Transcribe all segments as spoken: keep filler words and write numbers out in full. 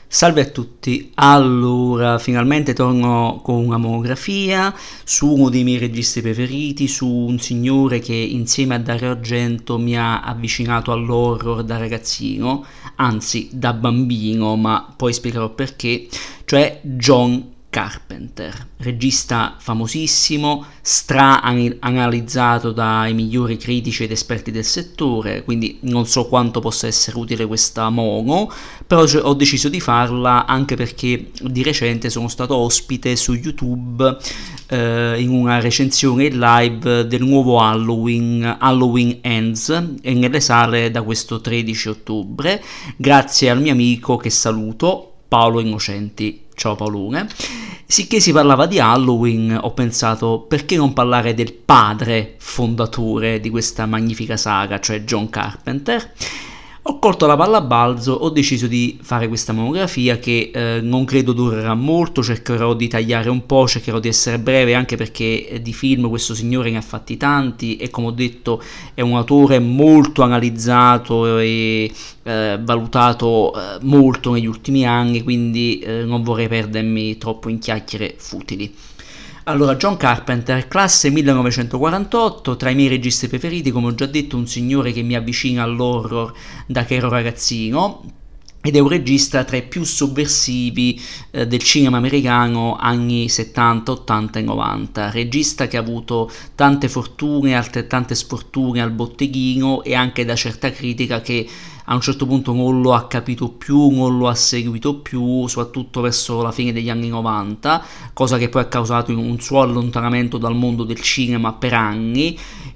Salve a tutti, allora finalmente torno con una monografia su uno dei miei registi preferiti, su un signore che insieme a Dario Argento mi ha avvicinato all'horror da ragazzino, anzi da bambino, ma poi spiegherò perché, cioè John Carpenter, regista famosissimo, stra-analizzato dai migliori critici ed esperti del settore, quindi non so quanto possa essere utile questa mono, però ho deciso di farla anche perché di recente sono stato ospite su YouTube eh, in una recensione in live del nuovo Halloween, Halloween Ends, e nelle sale da questo tredici ottobre, grazie al mio amico che saluto, Paolo Innocenti. Ciao Paolone. Sicché si parlava di Halloween, ho pensato perché non parlare del padre fondatore di questa magnifica saga, cioè John Carpenter. Ho colto la palla a balzo, ho deciso di fare questa monografia che eh, non credo durerà molto, cercherò di tagliare un po', cercherò di essere breve anche perché di film questo signore ne ha fatti tanti e come ho detto è un autore molto analizzato e eh, valutato eh, molto negli ultimi anni, quindi eh, non vorrei perdermi troppo in chiacchiere futili. Allora, John Carpenter, classe millenovecentoquarantotto, tra i miei registi preferiti, come ho già detto, un signore che mi avvicina all'horror da che ero ragazzino, ed è un regista tra i più sovversivi eh, del cinema americano anni settanta, ottanta e novanta, regista che ha avuto tante fortune, altrettante sfortune al botteghino e anche da certa critica che a un certo punto non lo ha capito più, non lo ha seguito più, soprattutto verso la fine degli anni novanta, cosa che poi ha causato un suo allontanamento dal mondo del cinema per anni,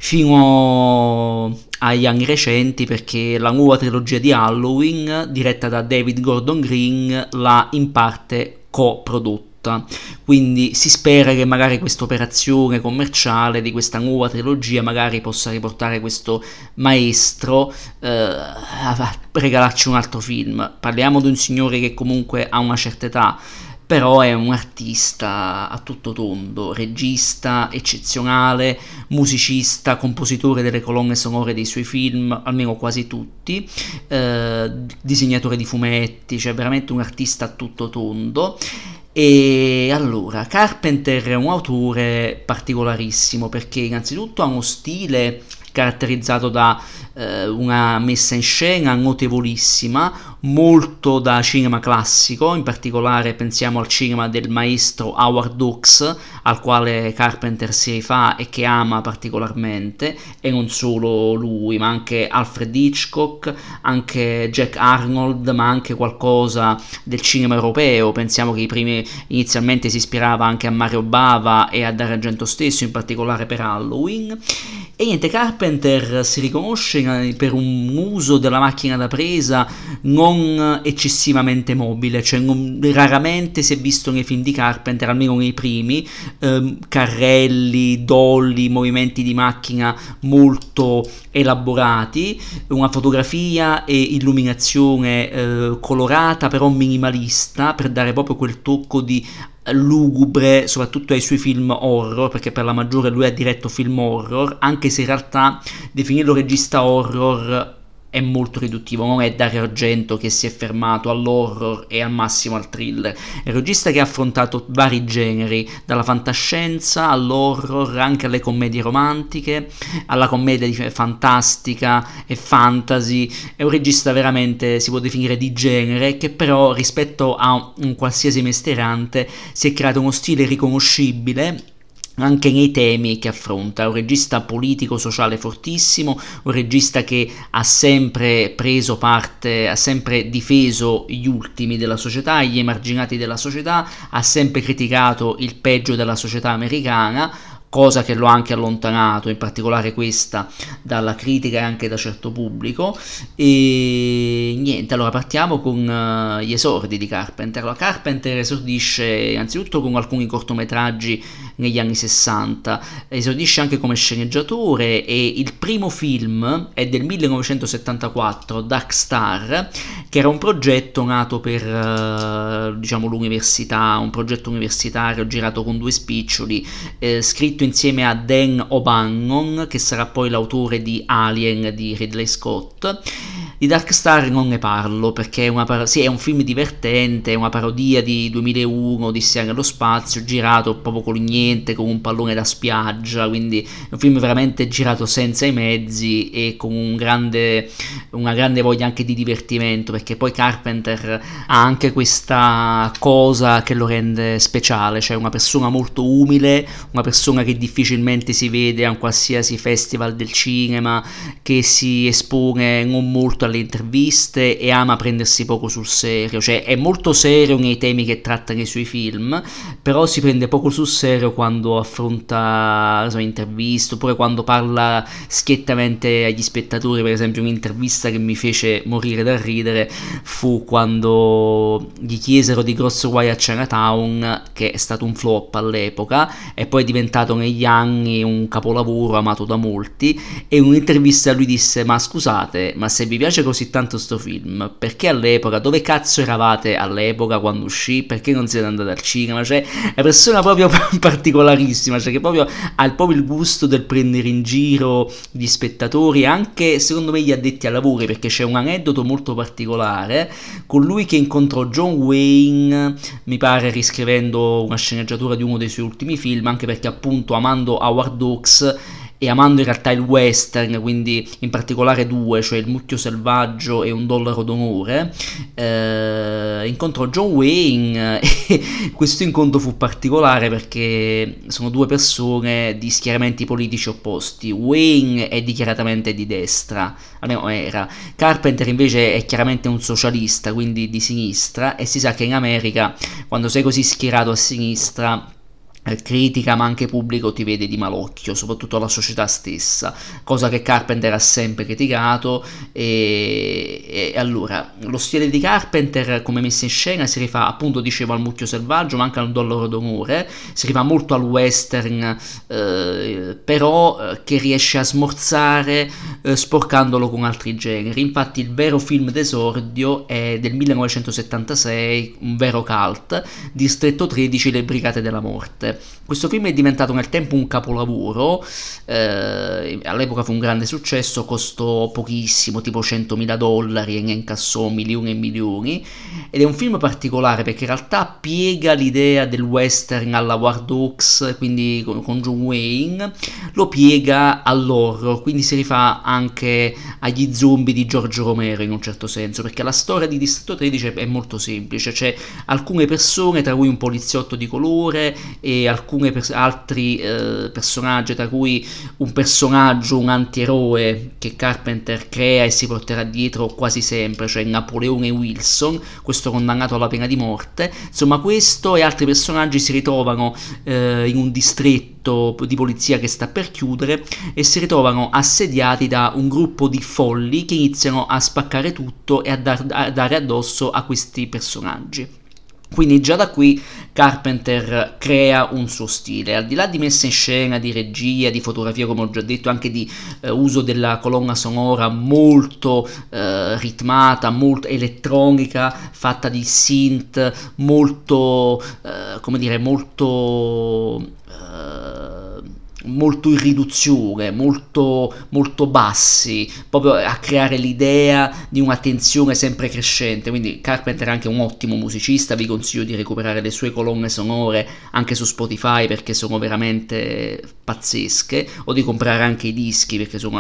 fino agli anni recenti, perché la nuova trilogia di Halloween, diretta da David Gordon Green, l'ha in parte coprodotto. Quindi si spera che magari questa operazione commerciale di questa nuova trilogia magari possa riportare questo maestro eh, a regalarci un altro film. Parliamo di un signore che comunque ha una certa età, però è un artista a tutto tondo, regista eccezionale, musicista, compositore delle colonne sonore dei suoi film, almeno quasi tutti, eh, disegnatore di fumetti, cioè veramente un artista a tutto tondo. E allora, Carpenter è un autore particolarissimo perché innanzitutto ha uno stile caratterizzato da eh, una messa in scena notevolissima, molto da cinema classico, in particolare pensiamo al cinema del maestro Howard Hawks, al quale Carpenter si rifà e che ama particolarmente, e non solo lui, ma anche Alfred Hitchcock, anche Jack Arnold, ma anche qualcosa del cinema europeo. Pensiamo che i primi inizialmente si ispirava anche a Mario Bava e a Dario Argento stesso, in particolare per Halloween. E niente, Carpenter si riconosce per un uso della macchina da presa non eccessivamente mobile, cioè non, raramente si è visto nei film di Carpenter, almeno nei primi, ehm, carrelli, dolly, movimenti di macchina molto elaborati, una fotografia e illuminazione eh, colorata però minimalista, per dare proprio quel tocco di lugubre soprattutto ai suoi film horror, perché per la maggiore lui ha diretto film horror, anche se in realtà definirlo regista horror è molto riduttivo, non è Dario Argento che si è fermato all'horror e al massimo al thriller, è un regista che ha affrontato vari generi, dalla fantascienza all'horror, anche alle commedie romantiche, alla commedia fantastica e fantasy. È un regista veramente, si può definire di genere, che però rispetto a un qualsiasi mestierante si è creato uno stile riconoscibile anche nei temi che affronta. È un regista politico sociale fortissimo, un regista che ha sempre preso parte, ha sempre difeso gli ultimi della società, gli emarginati della società, ha sempre criticato il peggio della società americana, cosa che lo ha anche allontanato, in particolare questa, dalla critica e anche da certo pubblico. E niente, allora partiamo con uh, gli esordi di Carpenter. Allora, Carpenter esordisce innanzitutto con alcuni cortometraggi negli anni sessanta, esordisce anche come sceneggiatore e il primo film è del millenovecentosettantaquattro, Dark Star, che era un progetto nato per uh, diciamo l'università, un progetto universitario girato con due spiccioli, eh, scritto scritto insieme a Dan O'Bannon, che sarà poi l'autore di Alien di Ridley Scott. Di Dark Star non ne parlo perché è, una par- sì, è un film divertente, è una parodia di duemilauno, Odissea nello spazio, girato proprio con niente, con un pallone da spiaggia, quindi è un film veramente girato senza i mezzi e con un grande, una grande voglia anche di divertimento, perché poi Carpenter ha anche questa cosa che lo rende speciale, cioè una persona molto umile, una persona che difficilmente si vede a un qualsiasi festival del cinema, che si espone non molto alle interviste e ama prendersi poco sul serio, cioè è molto serio nei temi che tratta nei suoi film, però si prende poco sul serio quando affronta so, interviste, oppure quando parla schiettamente agli spettatori. Per esempio un'intervista che mi fece morire da ridere fu quando gli chiesero di Grosso Guai a Chinatown, che è stato un flop all'epoca e poi è diventato negli anni un capolavoro amato da molti, e in un'intervista lui disse: ma scusate, ma se vi piace così tanto sto film, perché all'epoca, dove cazzo eravate all'epoca quando uscì, perché non siete andati al cinema? Cioè è una persona proprio particolarissima, cioè che proprio ha proprio il gusto del prendere in giro gli spettatori, anche secondo me gli addetti ai lavori, perché c'è un aneddoto molto particolare con lui che incontrò John Wayne, mi pare riscrivendo una sceneggiatura di uno dei suoi ultimi film, anche perché appunto amando Howard Hawks e amando in realtà il western, quindi in particolare due, cioè Il mucchio selvaggio e Un dollaro d'onore, eh, incontrò John Wayne e questo incontro fu particolare perché sono due persone di schieramenti politici opposti. Wayne è dichiaratamente di destra, almeno era. Carpenter invece è chiaramente un socialista, quindi di sinistra, e si sa che in America quando sei così schierato a sinistra, critica ma anche pubblico ti vede di malocchio, soprattutto la società stessa, cosa che Carpenter ha sempre criticato. E, e allora lo stile di Carpenter come messa in scena si rifà, appunto dicevo, al mucchio selvaggio, ma anche al dollaro d'onore, si rifà molto al western, eh, però eh, che riesce a smorzare eh, sporcandolo con altri generi. Infatti il vero film d'esordio è del millenovecentosettantasei, un vero cult, Distretto tredici, Le Brigate della Morte. Questo film è diventato nel tempo un capolavoro, eh, all'epoca fu un grande successo, costò pochissimo, tipo centomila dollari, e ne incassò milioni e milioni, ed è un film particolare perché in realtà piega l'idea del western alla Howard Hawks, quindi con, con John Wayne, lo piega all'horror, quindi si rifà anche agli zombie di Giorgio Romero in un certo senso, perché la storia di Distretto tredici è molto semplice, c'è alcune persone, tra cui un poliziotto di colore e alcuni pers- altri eh, personaggi, tra cui un personaggio, un antieroe che Carpenter crea e si porterà dietro quasi sempre, cioè Napoleone Wilson, questo condannato alla pena di morte. Insomma, questo e altri personaggi si ritrovano eh, in un distretto di polizia che sta per chiudere e si ritrovano assediati da un gruppo di folli che iniziano a spaccare tutto e a, dar- a dare addosso a questi personaggi. Quindi già da qui Carpenter crea un suo stile, al di là di messa in scena, di regia, di fotografia, come ho già detto, anche di eh, uso della colonna sonora molto eh, ritmata, molto elettronica, fatta di synth, molto, eh, come dire, molto... Eh, molto in riduzione, molto, molto bassi, proprio a creare l'idea di una tensione sempre crescente. Quindi Carpenter è anche un ottimo musicista, vi consiglio di recuperare le sue colonne sonore anche su Spotify perché sono veramente pazzesche, o di comprare anche i dischi perché sono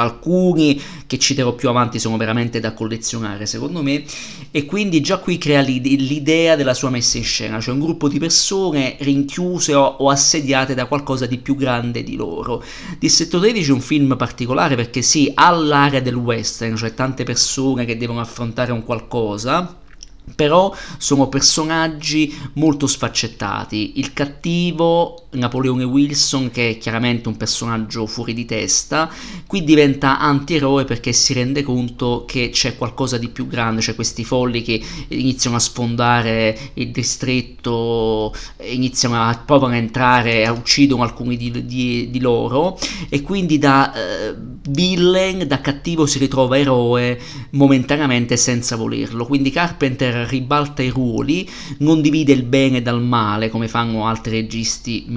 alcuni che citerò più avanti, sono veramente da collezionare secondo me. E quindi già qui crea l'idea della sua messa in scena, cioè un gruppo di persone rinchiuse o, o assediate da qualcosa di più grande di loro. Distretto tredici è un film particolare perché sì, ha l'area del western, cioè tante persone che devono affrontare un qualcosa, però sono personaggi molto sfaccettati. Il cattivo, Napoleone Wilson, che è chiaramente un personaggio fuori di testa, qui diventa antieroe perché si rende conto che c'è qualcosa di più grande, cioè questi folli che iniziano a sfondare il distretto, iniziano a provare a entrare, a uccidono alcuni di, di, di loro, e quindi da eh, villain, da cattivo si ritrova eroe momentaneamente senza volerlo. Quindi Carpenter ribalta i ruoli, non divide il bene dal male come fanno altri registi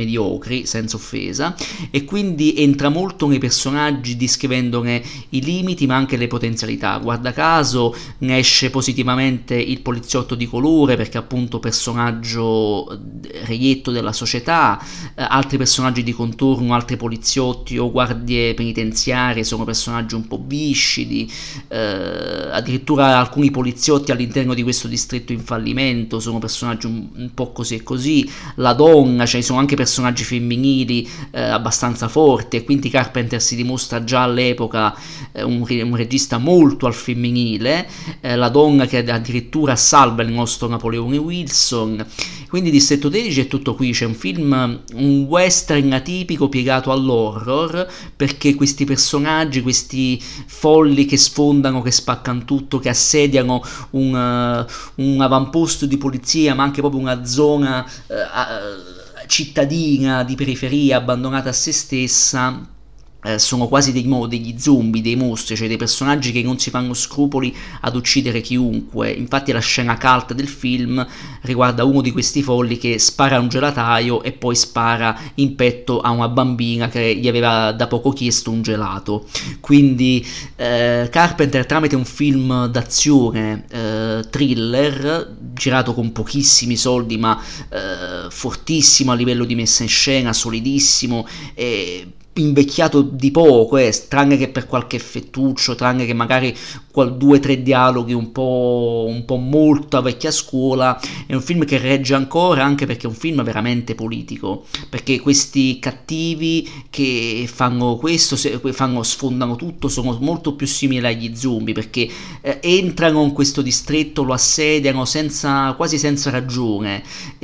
mediocri, senza offesa, e quindi entra molto nei personaggi descrivendone i limiti ma anche le potenzialità. Guarda caso ne esce positivamente il poliziotto di colore, perché appunto personaggio reietto della società, eh, altri personaggi di contorno, altri poliziotti o guardie penitenziarie sono personaggi un po' viscidi, eh, addirittura alcuni poliziotti all'interno di questo distretto in fallimento sono personaggi un, un po' così e così, la donna, cioè ci sono anche personaggi femminili eh, abbastanza forti, e quindi Carpenter si dimostra già all'epoca eh, un, un regista molto al femminile, eh, la donna che addirittura salva il nostro Napoleone Wilson. Quindi Distretto tredici è tutto qui, c'è un film, un western atipico piegato all'horror, perché questi personaggi, questi folli che sfondano, che spaccano tutto, che assediano un, uh, un avamposto di polizia, ma anche proprio una zona uh, cittadina di periferia abbandonata a se stessa, Eh, sono quasi dei, mo- degli zombie, dei mostri, cioè dei personaggi che non si fanno scrupoli ad uccidere chiunque. Infatti la scena cult del film riguarda uno di questi folli che spara a un gelataio e poi spara in petto a una bambina che gli aveva da poco chiesto un gelato. Quindi eh, Carpenter, tramite un film d'azione eh, thriller girato con pochissimi soldi ma eh, fortissimo a livello di messa in scena, solidissimo, e invecchiato di poco, eh, tranne che per qualche effettuccio, tranne che magari qual, due o tre dialoghi un po', un po' molto a vecchia scuola. È un film che regge ancora, anche perché è un film veramente politico, perché questi cattivi che fanno questo, se, fanno, sfondano tutto, sono molto più simili agli zombie, perché eh, entrano in questo distretto, lo assediano senza, quasi senza ragione,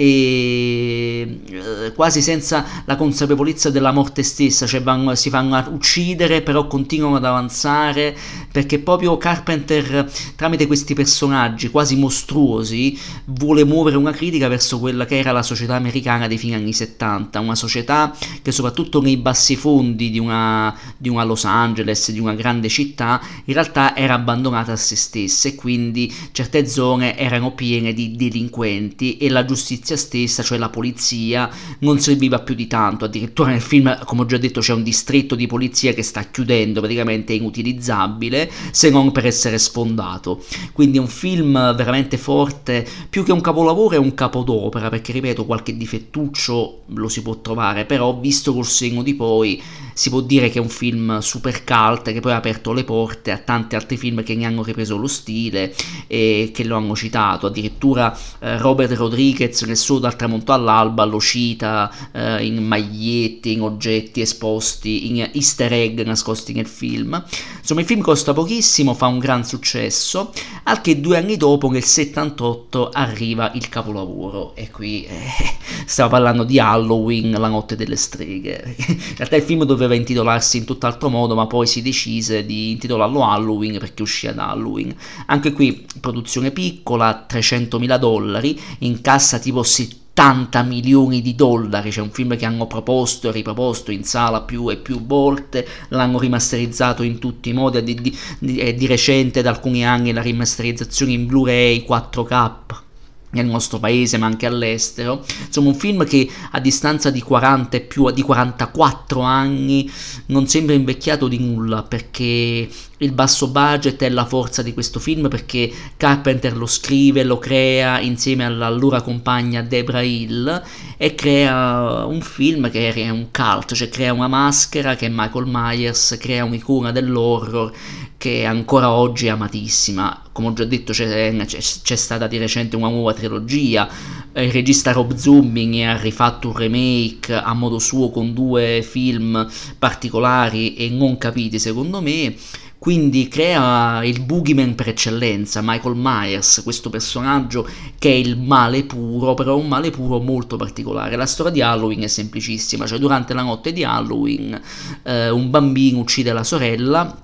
e eh, quasi senza la consapevolezza della morte stessa, cioè vanno, si fanno uccidere però continuano ad avanzare, perché proprio Carpenter tramite questi personaggi quasi mostruosi vuole muovere una critica verso quella che era la società americana dei fine anni settanta, una società che soprattutto nei bassi fondi di una, di una Los Angeles, di una grande città, in realtà era abbandonata a se stessa, e quindi certe zone erano piene di delinquenti e la giustizia stessa, cioè la polizia, non serviva più di tanto. Addirittura nel film, come ho già detto, c'è un distretto di polizia che sta chiudendo, praticamente è inutilizzabile se non per essere sfondato. Quindi è un film veramente forte, più che un capolavoro è un capodopera, perché ripeto, qualche difettuccio lo si può trovare, però visto col senno di poi si può dire che è un film super cult, che poi ha aperto le porte a tanti altri film che ne hanno ripreso lo stile e che lo hanno citato. Addirittura eh, Robert Rodriguez nel suo Dal tramonto all'alba lo cita eh, in maglietti, in oggetti esposti, in easter egg nascosti nel film. Insomma, il film costa pochissimo, fa un gran successo, al che due anni dopo, nel settantotto, arriva il capolavoro, e qui eh, stiamo parlando di Halloween, la notte delle streghe. In realtà il film doveva intitolarsi in tutt'altro modo, ma poi si decise di intitolarlo Halloween perché uscì ad Halloween. Anche qui produzione piccola, trecentomila dollari, incassa tipo settanta milioni di dollari, cioè un film che hanno proposto e riproposto in sala più e più volte, l'hanno rimasterizzato in tutti i modi, di, di, di, di recente da alcuni anni la rimasterizzazione in Blu-ray quattro K nel nostro paese ma anche all'estero. Insomma, un film che a distanza di quaranta e più di quarantaquattro anni non sembra invecchiato di nulla, perché il basso budget è la forza di questo film, perché Carpenter lo scrive, lo crea insieme all'allora compagna Debra Hill, e crea un film che è un cult, cioè crea una maschera che è Michael Myers, crea un'icona dell'horror che ancora oggi è amatissima. Come ho già detto, c'è, c'è, c'è stata di recente una nuova trilogia, il regista Rob Zombie ne ha rifatto un remake a modo suo con due film particolari e non capiti secondo me. Quindi crea il boogeyman per eccellenza, Michael Myers, questo personaggio che è il male puro, però un male puro molto particolare. La storia di Halloween è semplicissima, cioè durante la notte di Halloween eh, un bambino uccide la sorella,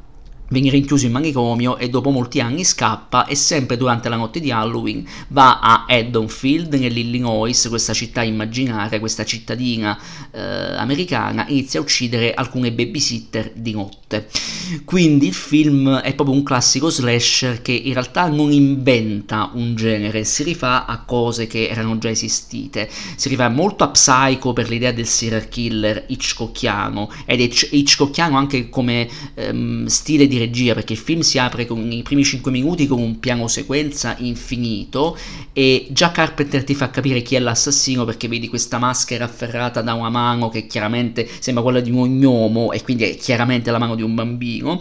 viene rinchiuso in manicomio e dopo molti anni scappa, e sempre durante la notte di Halloween va a Haddonfield nell'Illinois, questa città immaginaria, questa cittadina eh, americana, inizia a uccidere alcune babysitter di notte. Quindi il film è proprio un classico slasher che in realtà non inventa un genere, si rifà a cose che erano già esistite, si rifà molto a Psycho per l'idea del serial killer hitchcockiano, ed è hitchcockiano anche come ehm, stile di regia, perché il film si apre con i primi cinque minuti con un piano sequenza infinito e già Carpenter ti fa capire chi è l'assassino, perché vedi questa maschera afferrata da una mano che chiaramente sembra quella di un gnomo e quindi è chiaramente la mano di un bambino,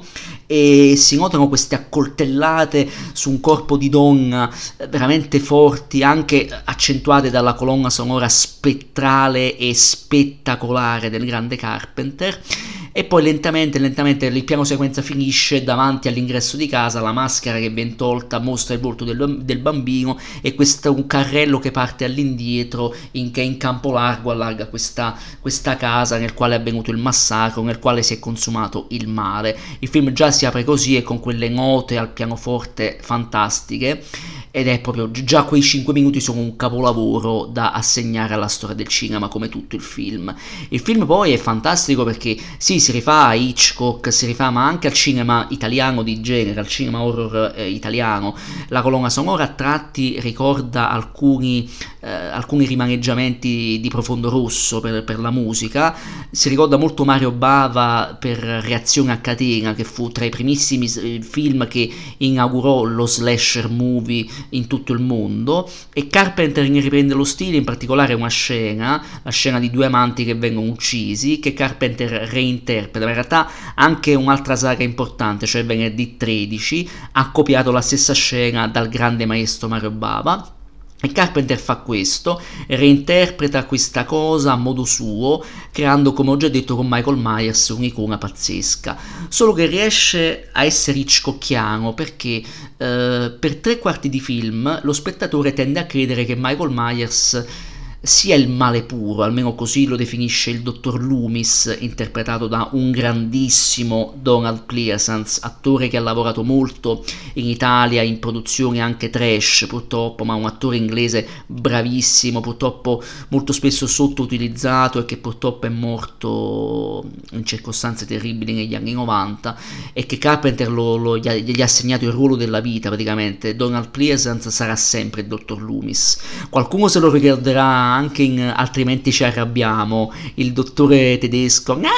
e si notano queste accoltellate su un corpo di donna veramente forti, anche accentuate dalla colonna sonora spettrale e spettacolare del grande Carpenter. E poi lentamente, lentamente il piano sequenza finisce davanti all'ingresso di casa, la maschera che viene tolta mostra il volto del, del bambino, e questo un carrello che parte all'indietro in, che in campo largo allarga questa, questa casa nel quale è avvenuto il massacro, nel quale si è consumato il male. Il film già si apre così, e con quelle note al pianoforte fantastiche, ed è proprio già quei cinque minuti sono un capolavoro da assegnare alla storia del cinema, come tutto il film. Il film poi è fantastico perché sì, si rifà a Hitchcock, si rifà ma anche al cinema italiano di genere, al cinema horror eh, italiano. La colonna sonora a tratti ricorda alcuni, eh, alcuni rimaneggiamenti di Profondo Rosso per, per la musica, si ricorda molto Mario Bava per Reazione a catena, che fu tra i primissimi film che inaugurò lo slasher movie in tutto il mondo, e Carpenter ne riprende lo stile, in particolare una scena, la scena di due amanti che vengono uccisi, che Carpenter reinterpreta. Ma in realtà anche un'altra saga importante, cioè Venerdì tredici, ha copiato la stessa scena dal grande maestro Mario Bava. E Carpenter fa questo, reinterpreta questa cosa a modo suo, creando, come ho già detto con Michael Myers, un'icona pazzesca. Solo che riesce a essere hitchcockiano perché eh, per tre quarti di film lo spettatore tende a credere che Michael Myers sia il male puro, almeno così lo definisce il dottor Loomis, interpretato da un grandissimo Donald Pleasence, attore che ha lavorato molto in Italia in produzioni anche trash purtroppo, ma un attore inglese bravissimo, purtroppo molto spesso sottoutilizzato, e che purtroppo è morto in circostanze terribili negli anni novanta, e che Carpenter lo, lo, gli, ha, gli ha assegnato il ruolo della vita praticamente. Donald Pleasence sarà sempre il dottor Loomis. Qualcuno se lo ricorderà anche in Altrimenti ci arrabbiamo, il dottore tedesco, nein,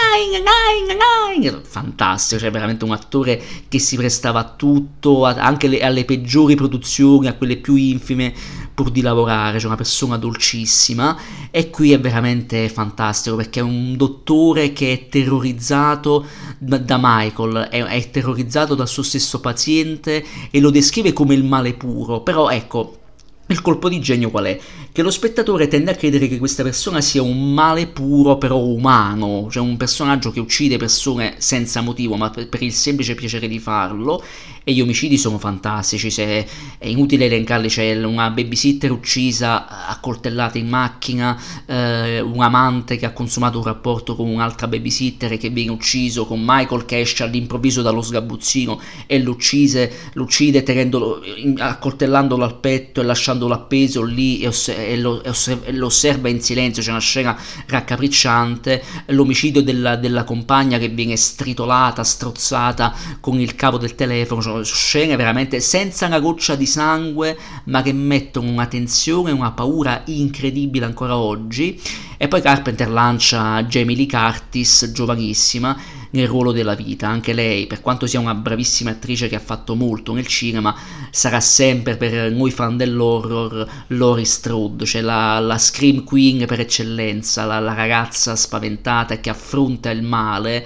nein, nein, fantastico, cioè veramente un attore che si prestava a tutto, anche le, alle peggiori produzioni, a quelle più infime, pur di lavorare, cioè una persona dolcissima. E qui è veramente fantastico perché è un dottore che è terrorizzato da, da Michael, è, è terrorizzato dal suo stesso paziente e lo descrive come il male puro. Però ecco, il colpo di genio qual è? Che lo spettatore tende a credere che questa persona sia un male puro però umano, cioè un personaggio che uccide persone senza motivo ma per, per il semplice piacere di farlo. E gli omicidi sono fantastici, se è inutile elencarli, c'è una babysitter uccisa a coltellate in macchina, eh, un amante che ha consumato un rapporto con un'altra babysitter e che viene ucciso, con Michael che esce all'improvviso dallo sgabuzzino e lo uccide, lo uccide tenendolo, accoltellandolo al petto e lasciandolo appeso lì e, oss- e, lo, e, osserv- e lo osserva in silenzio. C'è una scena raccapricciante, l'omicidio della, della compagna che viene stritolata, strozzata con il cavo del telefono, cioè scene veramente senza una goccia di sangue ma che mettono una tensione e una paura incredibile ancora oggi. E poi Carpenter lancia Jamie Lee Curtis, giovanissima, nel ruolo della vita. Anche lei, per quanto sia una bravissima attrice che ha fatto molto nel cinema, sarà sempre per noi fan dell'horror Laurie Strode, cioè la, la scream queen per eccellenza, la, la ragazza spaventata che affronta il male,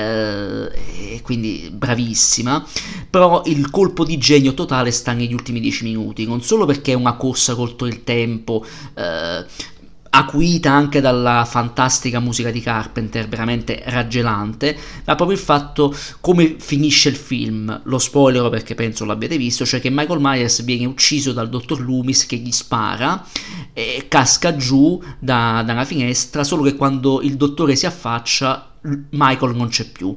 eh, e quindi bravissima. Però il colpo di genio totale sta negli ultimi dieci minuti, non solo perché è una corsa contro il tempo, eh, acuita anche dalla fantastica musica di Carpenter, veramente raggelante, ma proprio il fatto come finisce il film. Lo spoilerò perché penso l'abbiate visto, cioè che Michael Myers viene ucciso dal dottor Loomis che gli spara e casca giù da, da una finestra, solo che quando il dottore si affaccia Michael non c'è più.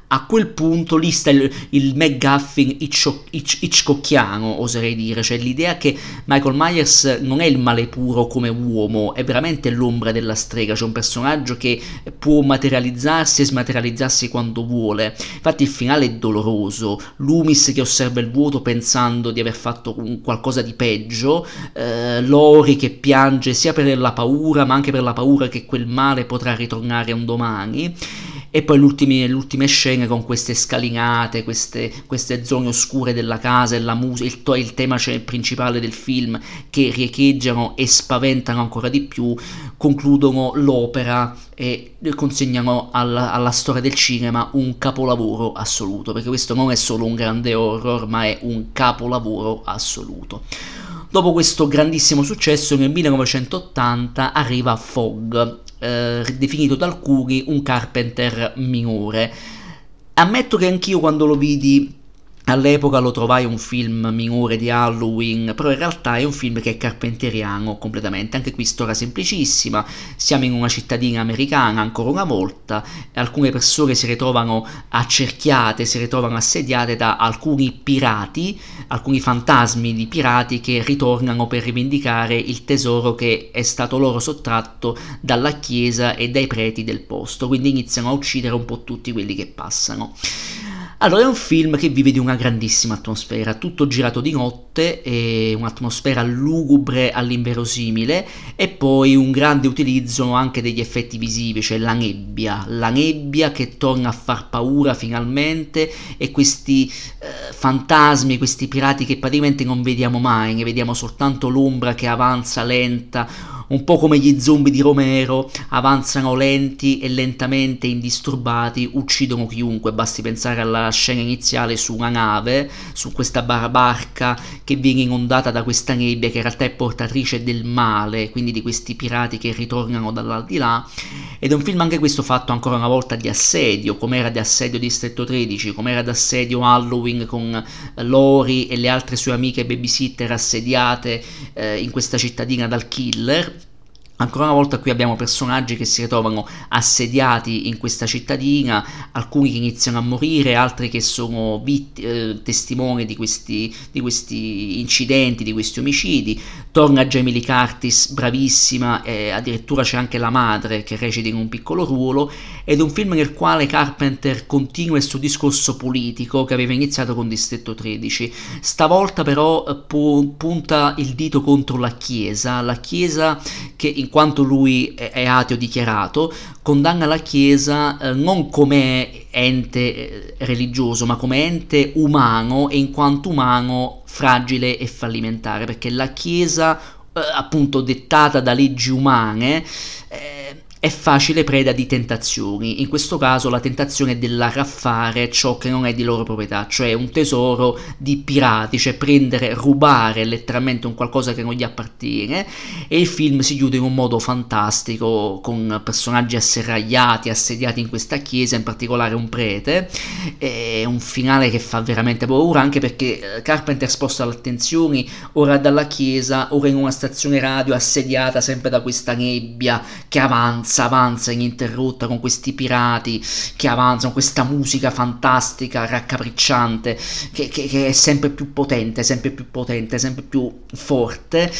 A quel punto lì sta il, il McGuffin Hitchcock, Hitch, Hitchcockiano, oserei dire, cioè l'idea che Michael Myers non è il male puro come uomo, è veramente l'ombra della strega, c'è un personaggio che può materializzarsi e smaterializzarsi quando vuole. Infatti il finale è doloroso, Loomis che osserva il vuoto pensando di aver fatto un qualcosa di peggio, eh, Lori che piange sia per la paura ma anche per la paura che quel male potrà ritornare un domani. E poi l'ultime, le ultime scene con queste scalinate, queste, queste zone oscure della casa e la musica, il, to- il tema cioè, principale del film che riecheggiano e spaventano ancora di più, concludono l'opera e consegnano alla, alla storia del cinema un capolavoro assoluto, perché questo non è solo un grande horror ma è un capolavoro assoluto. Dopo questo grandissimo successo nel millenovecentottanta arriva Fog, Eh, definito da alcuni un Carpenter minore. Ammetto che anch'io quando lo vidi all'epoca lo trovai un film minore di Halloween, però in realtà è un film che è carpenteriano completamente. Anche qui storia semplicissima, siamo in una cittadina americana ancora una volta, alcune persone si ritrovano accerchiate, si ritrovano assediate da alcuni pirati, alcuni fantasmi di pirati che ritornano per rivendicare il tesoro che è stato loro sottratto dalla chiesa e dai preti del posto, quindi iniziano a uccidere un po' tutti quelli che passano. Allora è un film che vive di una grandissima atmosfera, tutto girato di notte, e un'atmosfera lugubre all'inverosimile e poi un grande utilizzo anche degli effetti visivi, cioè la nebbia, la nebbia che torna a far paura finalmente e questi eh, fantasmi, questi pirati che praticamente non vediamo mai, ne vediamo soltanto l'ombra che avanza lenta, un po' come gli zombie di Romero, avanzano lenti e lentamente indisturbati, uccidono chiunque. Basti pensare alla scena iniziale su una nave, su questa barca che viene inondata da questa nebbia che in realtà è portatrice del male, quindi di questi pirati che ritornano dall'aldilà. Ed è un film anche questo fatto ancora una volta di assedio, come era di assedio Distretto tredici, come era di assedio Halloween con Lori e le altre sue amiche babysitter assediate eh, in questa cittadina dal killer. Ancora una volta qui abbiamo personaggi che si ritrovano assediati in questa cittadina, alcuni che iniziano a morire, altri che sono vitt- eh, testimoni di questi, di questi incidenti, di questi omicidi. Torna Jamie Lee Curtis, bravissima, e addirittura c'è anche la madre che recita in un piccolo ruolo, ed è un film nel quale Carpenter continua il suo discorso politico che aveva iniziato con Distretto tredici. Stavolta però eh, pu- punta il dito contro la Chiesa, la Chiesa che in quanto lui è ateo dichiarato, condanna la Chiesa eh, non come ente eh, religioso, ma come ente umano e in quanto umano fragile e fallimentare, perché la Chiesa, eh, appunto dettata da leggi umane, eh, è facile preda di tentazioni. In questo caso la tentazione è dell'arraffare ciò che non è di loro proprietà, cioè un tesoro di pirati, cioè prendere, rubare letteralmente un qualcosa che non gli appartiene. E il film si chiude in un modo fantastico con personaggi asserragliati, assediati in questa chiesa, in particolare un prete. È un finale che fa veramente paura, anche perché Carpenter sposta le attenzioni ora dalla chiesa, ora in una stazione radio assediata sempre da questa nebbia che avanza avanza ininterrotta con questi pirati che avanzano, questa musica fantastica, raccapricciante, che, che, che è sempre più potente, sempre più potente, sempre più forte.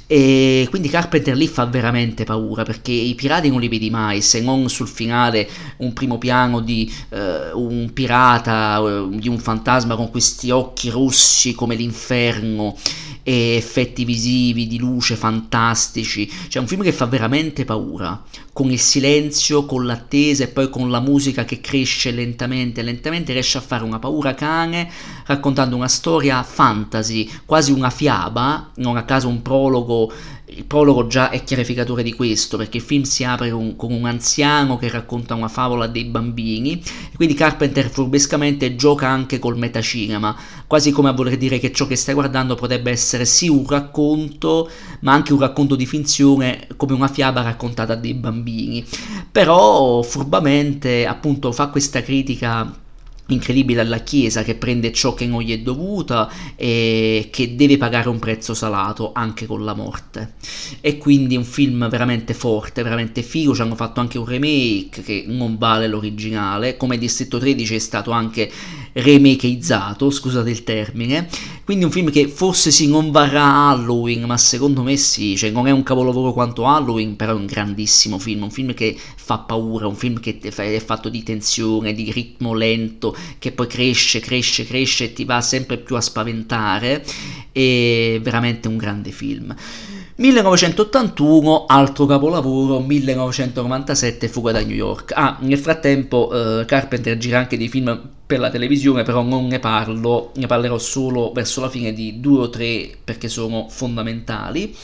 E quindi Carpenter lì fa veramente paura, perché i pirati non li vedi mai, se non sul finale un primo piano di uh, un pirata, uh, di un fantasma con questi occhi rossi come l'inferno e effetti visivi di luce fantastici. Cioè un film che fa veramente paura, con il silenzio, con l'attesa e poi con la musica che cresce lentamente lentamente riesce a fare una paura cane, raccontando una storia fantasy, quasi una fiaba. Non a caso un prologo, il prologo già è chiarificatore di questo, perché il film si apre con, con un anziano che racconta una favola dei bambini, quindi Carpenter furbescamente gioca anche col metacinema, quasi come a voler dire che ciò che stai guardando potrebbe essere sì un racconto, ma anche un racconto di finzione, come una fiaba raccontata a dei bambini. Però furbamente appunto fa questa critica incredibile alla Chiesa che prende ciò che non gli è dovuta e che deve pagare un prezzo salato anche con la morte. E quindi un film veramente forte, veramente figo. Ci hanno fatto anche un remake che non vale l'originale, come Distretto tredici è stato anche remakeizzato, scusate il termine. Quindi un film che forse sì non varrà Halloween, ma secondo me sì, cioè non è un capolavoro quanto Halloween, però è un grandissimo film, un film che fa paura, un film che è fatto di tensione, di ritmo lento, che poi cresce, cresce, cresce e ti va sempre più a spaventare. È veramente un grande film. millenovecentottantuno, altro capolavoro. Millenovecentonovantasette, Fuga da New York. Ah, nel frattempo uh, Carpenter gira anche dei film per la televisione, però non ne parlo, ne parlerò solo verso la fine di due o tre perché sono fondamentali.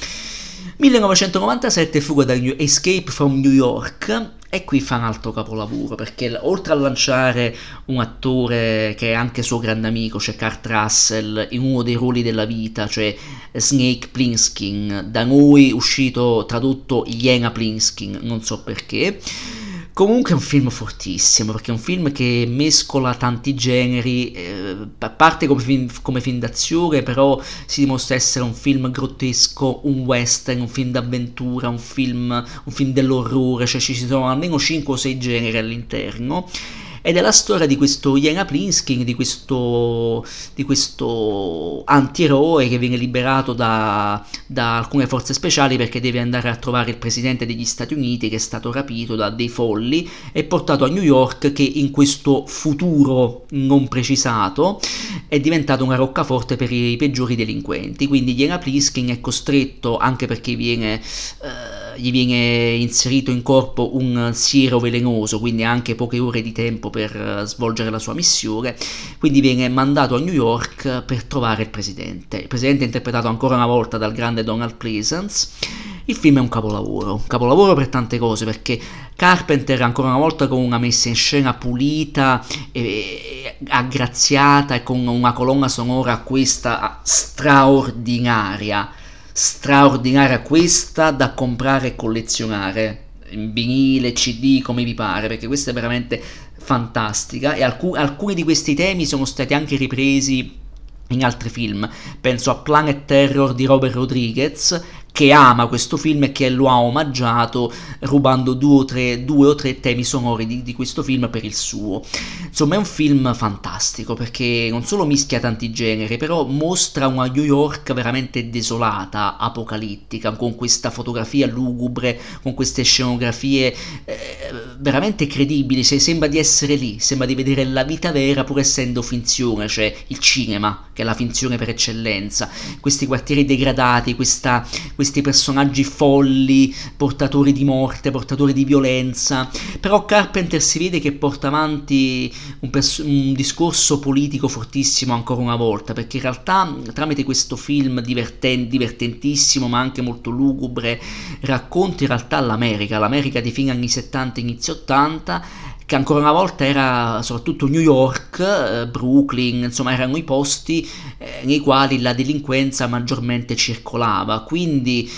millenovecentonovantasette, Fuga da New York, Escape from New York. E qui fa un altro capolavoro, perché oltre a lanciare un attore che è anche suo grande amico, cioè Kurt Russell, in uno dei ruoli della vita, cioè Snake Plissken, da noi uscito tradotto Iena Plissken, non so perché. Comunque è un film fortissimo, perché è un film che mescola tanti generi, eh, a parte come film, come film d'azione, però si dimostra essere un film grottesco, un western, un film d'avventura, un film, un film dell'orrore, cioè ci si trovano almeno cinque o sei generi all'interno. Ed è la storia di questo Iena Plissken, di questo, di questo antieroe che viene liberato da, da alcune forze speciali perché deve andare a trovare il presidente degli Stati Uniti che è stato rapito da dei folli e portato a New York, che in questo futuro non precisato è diventato una roccaforte per i peggiori delinquenti. Quindi Iena Plissken è costretto, anche perché viene... Eh, gli viene inserito in corpo un siero velenoso, quindi ha anche poche ore di tempo per svolgere la sua missione, quindi viene mandato a New York per trovare il presidente. Il presidente è interpretato ancora una volta dal grande Donald Pleasence. Il film è un capolavoro, un capolavoro per tante cose, perché Carpenter ancora una volta con una messa in scena pulita, e aggraziata e con una colonna sonora questa straordinaria, straordinaria questa da comprare e collezionare in vinile, C D, come vi pare, perché questa è veramente fantastica. E alcun, alcuni di questi temi sono stati anche ripresi in altri film. Penso a Planet Terror di Robert Rodriguez, che ama questo film e che lo ha omaggiato rubando due o tre, due o tre temi sonori di, di questo film per il suo. Insomma è un film fantastico, perché non solo mischia tanti generi, però mostra una New York veramente desolata, apocalittica, con questa fotografia lugubre, con queste scenografie eh, veramente credibili. Se sembra di essere lì, sembra di vedere la vita vera pur essendo finzione, cioè il cinema che è la finzione per eccellenza. Questi quartieri degradati, questa questi personaggi folli, portatori di morte, portatori di violenza. Però Carpenter si vede che porta avanti un, pers- un discorso politico fortissimo ancora una volta, perché in realtà tramite questo film diverten- divertentissimo ma anche molto lugubre racconta in realtà l'America, l'America di fine anni settanta, inizio ottanta, che ancora una volta era soprattutto New York, eh, Brooklyn, insomma erano i posti eh, nei quali la delinquenza maggiormente circolava. Quindi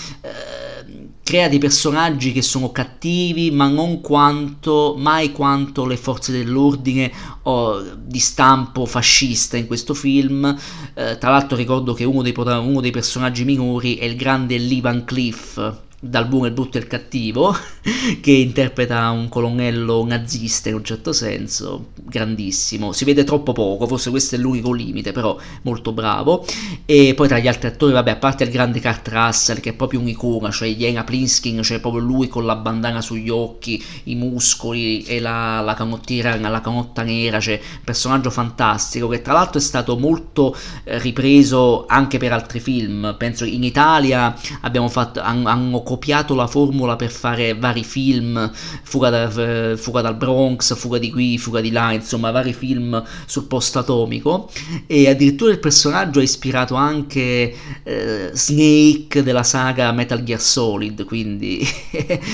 eh, crea dei personaggi che sono cattivi, ma non quanto, mai quanto le forze dell'ordine o di stampo fascista in questo film. Eh, tra l'altro ricordo che uno dei, uno dei personaggi minori è il grande Lee Van Cleef, dal buono, il brutto e il cattivo, che interpreta un colonnello nazista in un certo senso, grandissimo, si vede troppo poco, forse questo è l'unico limite, però molto bravo. E poi tra gli altri attori, vabbè, a parte il grande Kurt Russell, che è proprio un'icona, cioè Iena Plissken, cioè proprio lui con la bandana sugli occhi, i muscoli e la, la canottiera, la canotta nera, cioè un personaggio fantastico, che tra l'altro è stato molto eh, ripreso anche per altri film. Penso in Italia abbiamo fatto, hanno, hanno copiato la formula per fare vari film, Fuga, da, Fuga dal Bronx, Fuga di qui, Fuga di là, insomma vari film sul post atomico, e addirittura il personaggio ha ispirato anche eh, Snake della saga Metal Gear Solid, quindi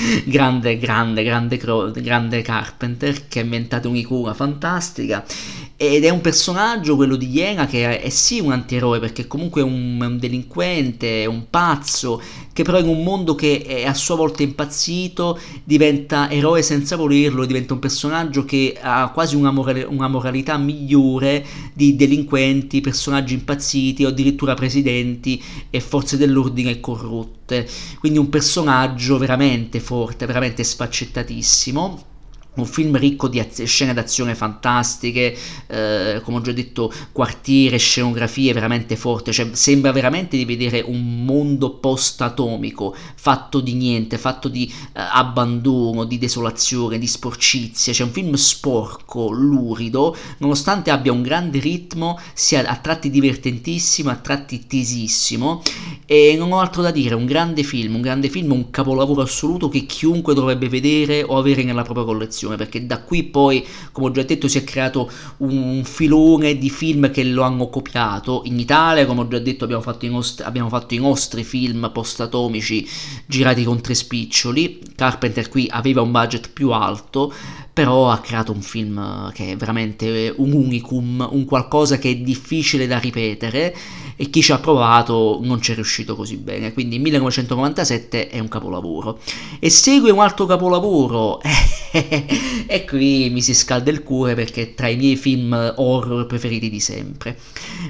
grande grande grande grande Carpenter, che ha inventato un'icona fantastica. ed è un personaggio, quello di Iena, che è, è sì un antieroe, perché comunque è un, è un delinquente, è un pazzo, che però in un mondo che è a sua volta impazzito diventa eroe senza volerlo, diventa un personaggio che ha quasi una, morale, una moralità migliore di delinquenti, personaggi impazziti o addirittura presidenti e forze dell'ordine corrotte. Quindi un personaggio veramente forte, veramente sfaccettatissimo. Un film ricco di az- scene d'azione fantastiche, eh, come ho già detto, quartiere, scenografie veramente forti, cioè sembra veramente di vedere un mondo post-atomico, fatto di niente, fatto di eh, abbandono, di desolazione, di sporcizia, c'è un film sporco, lurido, nonostante abbia un grande ritmo, sia a tratti divertentissimo, a tratti tesissimo, e non ho altro da dire, un grande film, un grande film, un capolavoro assoluto che chiunque dovrebbe vedere o avere nella propria collezione, perché da qui poi, come ho già detto, si è creato un filone di film che lo hanno copiato. In Italia, come ho già detto, abbiamo fatto i nostri, abbiamo fatto i nostri film post-atomici girati con tre spiccioli. Carpenter qui aveva un budget più alto, però ha creato un film che è veramente un unicum, un qualcosa che è difficile da ripetere, e chi ci ha provato non ci è riuscito così bene. Quindi millenovecentonovantasette è un capolavoro. E segue un altro capolavoro e qui mi si scalda il cuore, perché è tra i miei film horror preferiti di sempre.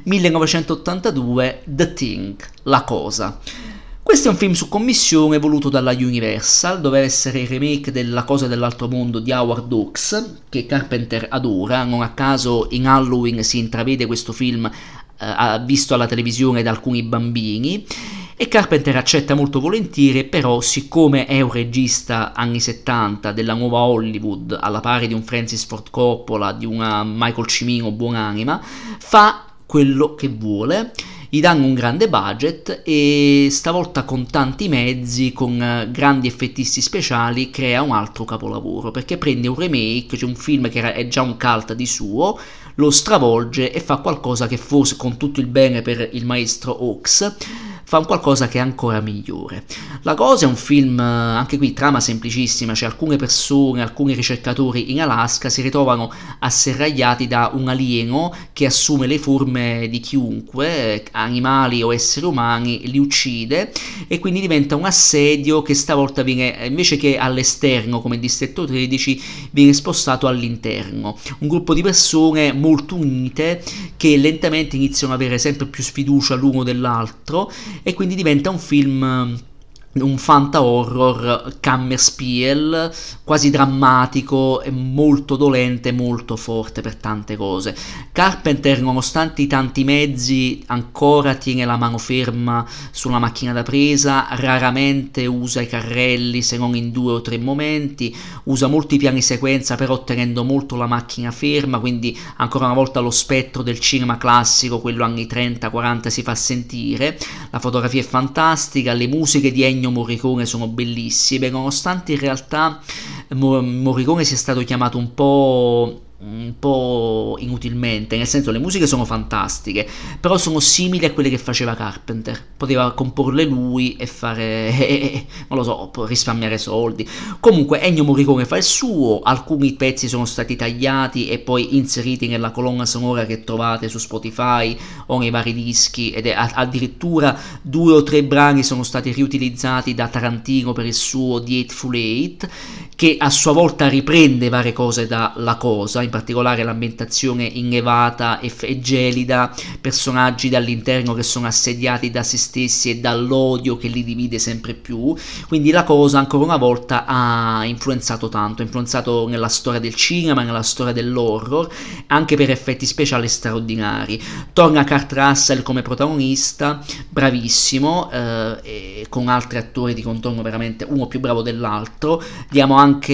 millenovecentottantadue, The Thing, La Cosa. Questo è un film su commissione voluto dalla Universal, doveva essere il remake della Cosa dell'altro mondo di Howard Hawks, che Carpenter adora. Non a caso in Halloween si intravede questo film eh, visto alla televisione da alcuni bambini, e Carpenter accetta molto volentieri, però siccome è un regista anni settanta della nuova Hollywood, alla pari di un Francis Ford Coppola, di una Michael Cimino buonanima, fa quello che vuole. Gli danno un grande budget e stavolta con tanti mezzi, con grandi effettisti speciali, crea un altro capolavoro, perché prende un remake, cioè un film che era, è già un cult di suo, lo stravolge e fa qualcosa che forse, con tutto il bene per il maestro Hawks, fa un qualcosa che è ancora migliore. La Cosa è un film, anche qui trama semplicissima, cioè alcune persone, alcuni ricercatori in Alaska si ritrovano asserragliati da un alieno che assume le forme di chiunque, animali o esseri umani, li uccide, e quindi diventa un assedio che stavolta viene, invece che all'esterno come Distretto tredici, viene spostato all'interno. Un gruppo di persone molto unite che lentamente iniziano ad avere sempre più sfiducia l'uno dell'altro, e quindi diventa un film, un fanta horror Kammerspiel, quasi drammatico e molto dolente, molto forte per tante cose. Carpenter, nonostante i tanti mezzi, ancora tiene la mano ferma sulla macchina da presa, raramente usa i carrelli se non in due o tre momenti, usa molti piani sequenza però tenendo molto la macchina ferma, quindi ancora una volta lo spettro del cinema classico, quello anni trenta quaranta, si fa sentire. La fotografia è fantastica, le musiche di Ennio Morricone sono bellissime, nonostante in realtà Morricone sia stato chiamato un po' un po' inutilmente, nel senso, le musiche sono fantastiche, però sono simili a quelle che faceva Carpenter, poteva comporle lui e fare, non lo so, risparmiare soldi. Comunque Ennio Morricone fa il suo, alcuni pezzi sono stati tagliati e poi inseriti nella colonna sonora che trovate su Spotify o nei vari dischi, ed è addirittura due o tre brani sono stati riutilizzati da Tarantino per il suo The Hateful Eight, che a sua volta riprende varie cose da La Cosa, in particolare l'ambientazione innevata e, e gelida, personaggi dall'interno che sono assediati da se stessi e dall'odio che li divide sempre più. Quindi La Cosa ancora una volta ha influenzato tanto, ha influenzato nella storia del cinema, nella storia dell'horror, anche per effetti speciali straordinari. Torna Kurt Russell come protagonista, bravissimo, eh, e con altri attori di contorno veramente uno più bravo dell'altro. Diamo anche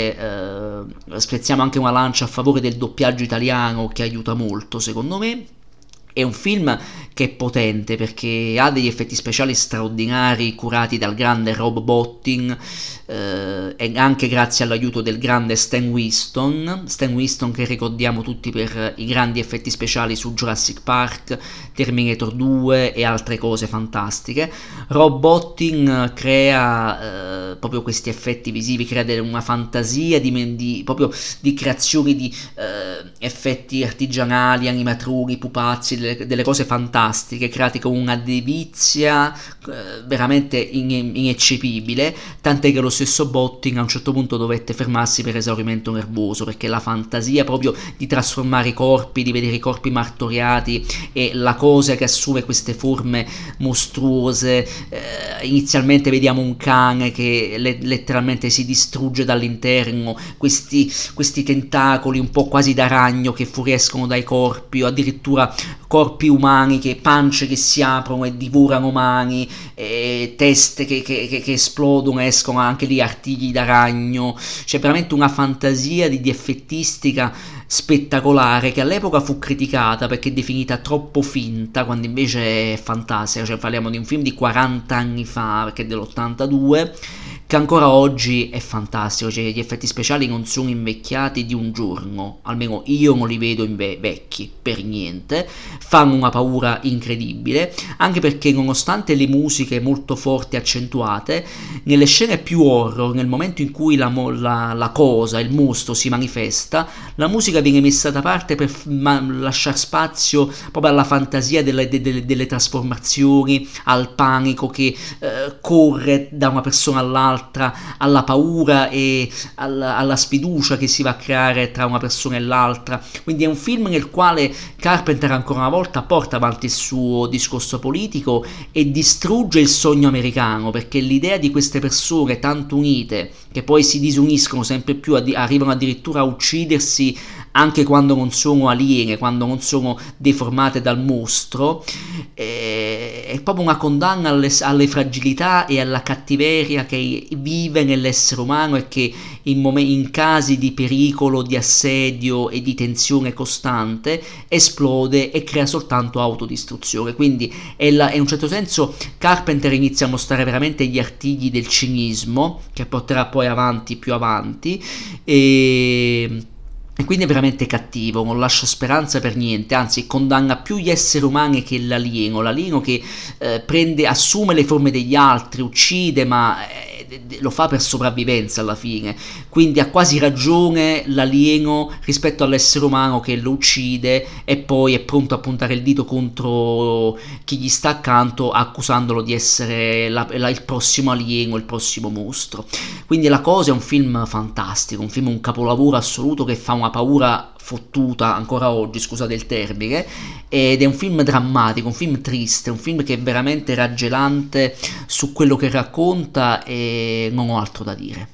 eh, spezziamo anche una lancia a favore del doppiaggio italiano, che aiuta molto secondo me. È un film che è potente perché ha degli effetti speciali straordinari curati dal grande Rob Bottin, eh, e anche grazie all'aiuto del grande Stan Winston, Stan Winston che ricordiamo tutti per i grandi effetti speciali su Jurassic Park, Terminator due e altre cose fantastiche. Rob Bottin crea eh, proprio questi effetti visivi, crea una fantasia di, di, proprio di creazioni di eh, effetti artigianali, animatroni, pupazzi, delle, delle cose fantastiche creati con una devizia eh, veramente in, ineccepibile, tant'è che lo stesso Bottin a un certo punto dovette fermarsi per esaurimento nervoso, perché la fantasia proprio di trasformare i corpi, di vedere i corpi martoriati e la cosa che assume queste forme mostruose, eh, inizialmente vediamo un cane che le, letteralmente si distrugge dall'interno, questi, questi tentacoli un po' quasi da ragno che fuoriescono dai corpi, o addirittura corpi umani, che pance che si aprono e divorano mani, e teste che, che, che, che esplodono, escono anche lì artigli da ragno. C'è veramente una fantasia di, di effettistica spettacolare che all'epoca fu criticata perché definita troppo finta, quando invece è fantastica. Cioè parliamo di un film di quaranta anni fa, perché è dell'ottantadue, che ancora oggi è fantastico. Cioè gli effetti speciali non sono invecchiati di un giorno, almeno io non li vedo inve- vecchi per niente, fanno una paura incredibile, anche perché nonostante le musiche molto forti e accentuate, nelle scene più horror, nel momento in cui la, la, la cosa, il mostro si manifesta, la musica viene messa da parte per ma- lasciare spazio proprio alla fantasia delle, delle, delle trasformazioni, al panico che eh, corre da una persona all'altra, alla paura e alla, alla sfiducia che si va a creare tra una persona e l'altra. Quindi è un film nel quale Carpenter ancora una volta porta avanti il suo discorso politico e distrugge il sogno americano, perché l'idea di queste persone tanto unite, che poi si disuniscono sempre più, addi- arrivano addirittura a uccidersi anche quando non sono aliene, quando non sono deformate dal mostro, eh, è proprio una condanna alle, alle fragilità e alla cattiveria che vive nell'essere umano, e che in, mom- in casi di pericolo, di assedio e di tensione costante esplode e crea soltanto autodistruzione. Quindi è, la, in un certo senso Carpenter inizia a mostrare veramente gli artigli del cinismo, che porterà poi avanti più avanti, e E quindi è veramente cattivo, non lascia speranza per niente, anzi condanna più gli esseri umani che l'alieno, l'alieno che eh, prende, assume le forme degli altri, uccide, ma eh, lo fa per sopravvivenza alla fine, quindi ha quasi ragione l'alieno rispetto all'essere umano che lo uccide e poi è pronto a puntare il dito contro chi gli sta accanto, accusandolo di essere la, la, il prossimo alieno, il prossimo mostro. Quindi La Cosa è un film fantastico, un film, un capolavoro assoluto che fa una paura fottuta ancora oggi, scusate il termine, ed è un film drammatico, un film triste, un film che è veramente raggelante su quello che racconta, e non ho altro da dire.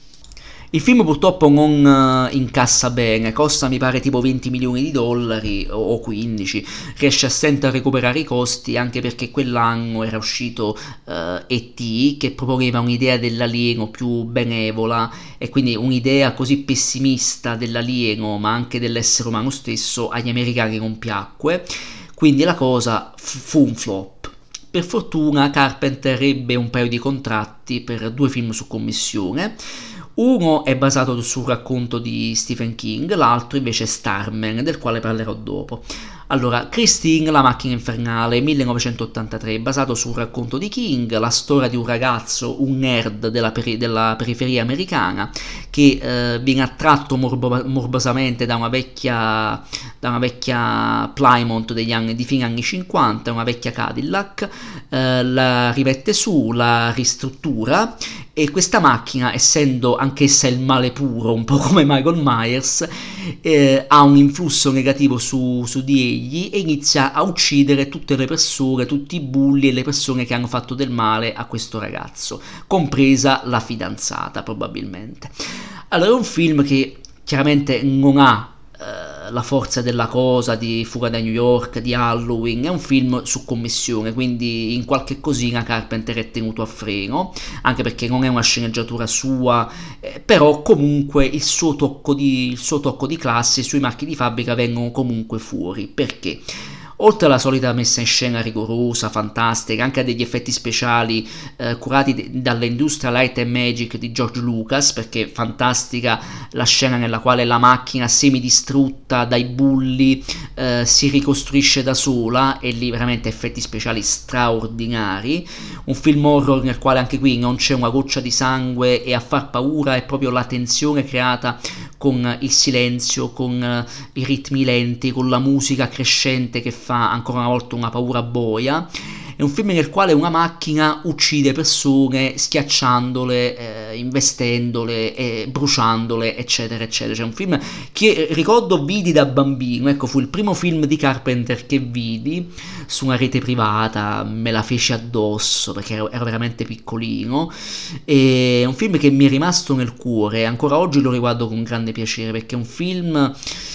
Il film purtroppo non uh, incassa bene, costa mi pare tipo venti milioni di dollari o quindici, riesce a stento a recuperare i costi, anche perché quell'anno era uscito uh, E T, che proponeva un'idea dell'alieno più benevola, e quindi un'idea così pessimista dell'alieno ma anche dell'essere umano stesso agli americani non piacque, quindi La Cosa f- fu un flop. Per fortuna Carpenter ebbe un paio di contratti per due film su commissione. Uno è basato sul racconto di Stephen King, l'altro invece è Starman, del quale parlerò dopo. Allora, Christine, la macchina infernale, millenovecentottantatré, basato sul racconto di King, la storia di un ragazzo, un nerd della, peri- della periferia americana, che eh, viene attratto morbo- morbosamente da una vecchia, da una vecchia Plymouth degli anni, di fine anni cinquanta, una vecchia Cadillac, eh, la rivette su, la ristruttura, e questa macchina, essendo anch'essa il male puro, un po' come Michael Myers, eh, ha un influsso negativo su, su di egli e inizia a uccidere tutte le persone, tutti i bulli e le persone che hanno fatto del male a questo ragazzo, compresa la fidanzata probabilmente. Allora è un film che chiaramente non ha eh, la forza della Cosa, di Fuga da New York, di Halloween, è un film su commissione, quindi in qualche cosina Carpenter è tenuto a freno, anche perché non è una sceneggiatura sua, eh, però comunque il suo tocco di, il suo tocco di classe, i suoi marchi di fabbrica vengono comunque fuori. Perché? Oltre alla solita messa in scena rigorosa, fantastica, anche a degli effetti speciali eh, curati d- dall'industria Light and Magic di George Lucas, perché fantastica la scena nella quale la macchina semidistrutta dai bulli eh, si ricostruisce da sola, e lì veramente effetti speciali straordinari. Un film horror nel quale anche qui non c'è una goccia di sangue, e a far paura è proprio la tensione creata con il silenzio, con eh, i ritmi lenti, con la musica crescente che fa ancora una volta una paura boia. È un film nel quale una macchina uccide persone schiacciandole, eh, investendole, eh, bruciandole, eccetera, eccetera. C'è un film che ricordo vidi da bambino, ecco, fu il primo film di Carpenter che vidi su una rete privata, me la feci addosso perché ero, ero veramente piccolino. È un film che mi è rimasto nel cuore, ancora oggi lo riguardo con grande piacere, perché è un film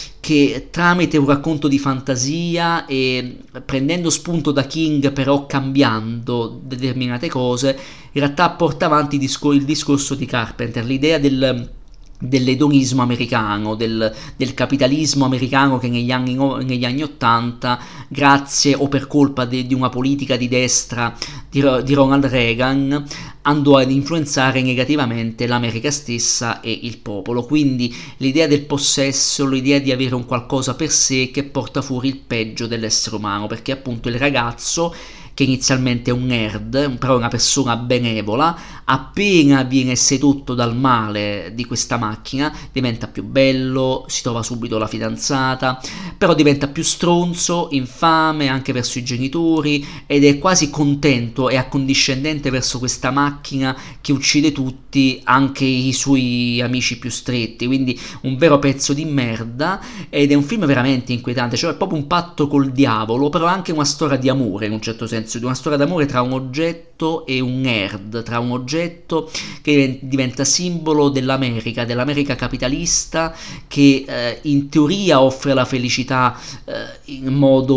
che tramite un racconto di fantasia e prendendo spunto da King, però cambiando determinate cose, in realtà porta avanti il, discor- il discorso di Carpenter, l'idea del dell'edonismo americano, del, del capitalismo americano che negli anni, negli anni ottanta, grazie o per colpa de, di una politica di destra di, di Ronald Reagan, andò ad influenzare negativamente l'America stessa e il popolo. Quindi l'idea del possesso, l'idea di avere un qualcosa per sé che porta fuori il peggio dell'essere umano, perché appunto il ragazzo, che inizialmente è un nerd, però è una persona benevola, appena viene sedotto dal male di questa macchina diventa più bello, si trova subito la fidanzata, però diventa più stronzo, infame anche verso i genitori, ed è quasi contento e accondiscendente verso questa macchina che uccide tutti, anche i suoi amici più stretti. Quindi un vero pezzo di merda, ed è un film veramente inquietante, cioè è proprio un patto col diavolo, però anche una storia di amore, in un certo senso, di una storia d'amore tra un oggetto e un nerd, tra un oggetto che diventa simbolo dell'America, dell'America capitalista, che eh, in teoria offre la felicità eh, in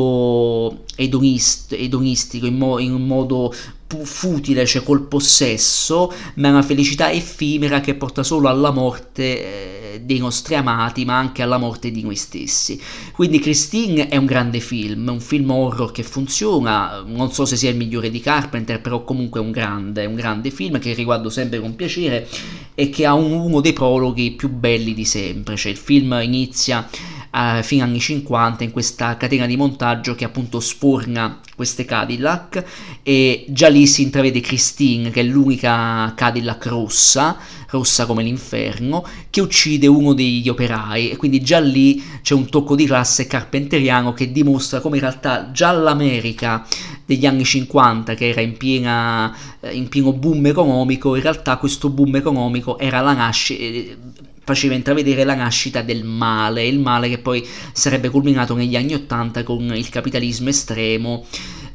modo edonist- edonistico, in, mo- in un modo futile, cioè col possesso, ma è una felicità effimera che porta solo alla morte eh, dei nostri amati, ma anche alla morte di noi stessi. Quindi Christine è un grande film, un film horror che funziona, non so se sia il migliore di Carpenter, però comunque è un grande, un grande film che riguardo sempre con piacere e che ha un, uno dei prologhi più belli di sempre. Cioè il film inizia a fine anni cinquanta in questa catena di montaggio che appunto sforna queste Cadillac, e già lì si intravede Christine, che è l'unica Cadillac rossa, rossa come l'inferno, che uccide uno degli operai, e quindi già lì c'è un tocco di classe carpenteriano che dimostra come in realtà già l'America degli anni cinquanta, che era in piena in pieno boom economico, in realtà questo boom economico era la nascita, faceva intravedere la nascita del male, il male che poi sarebbe culminato negli anni ottanta con il capitalismo estremo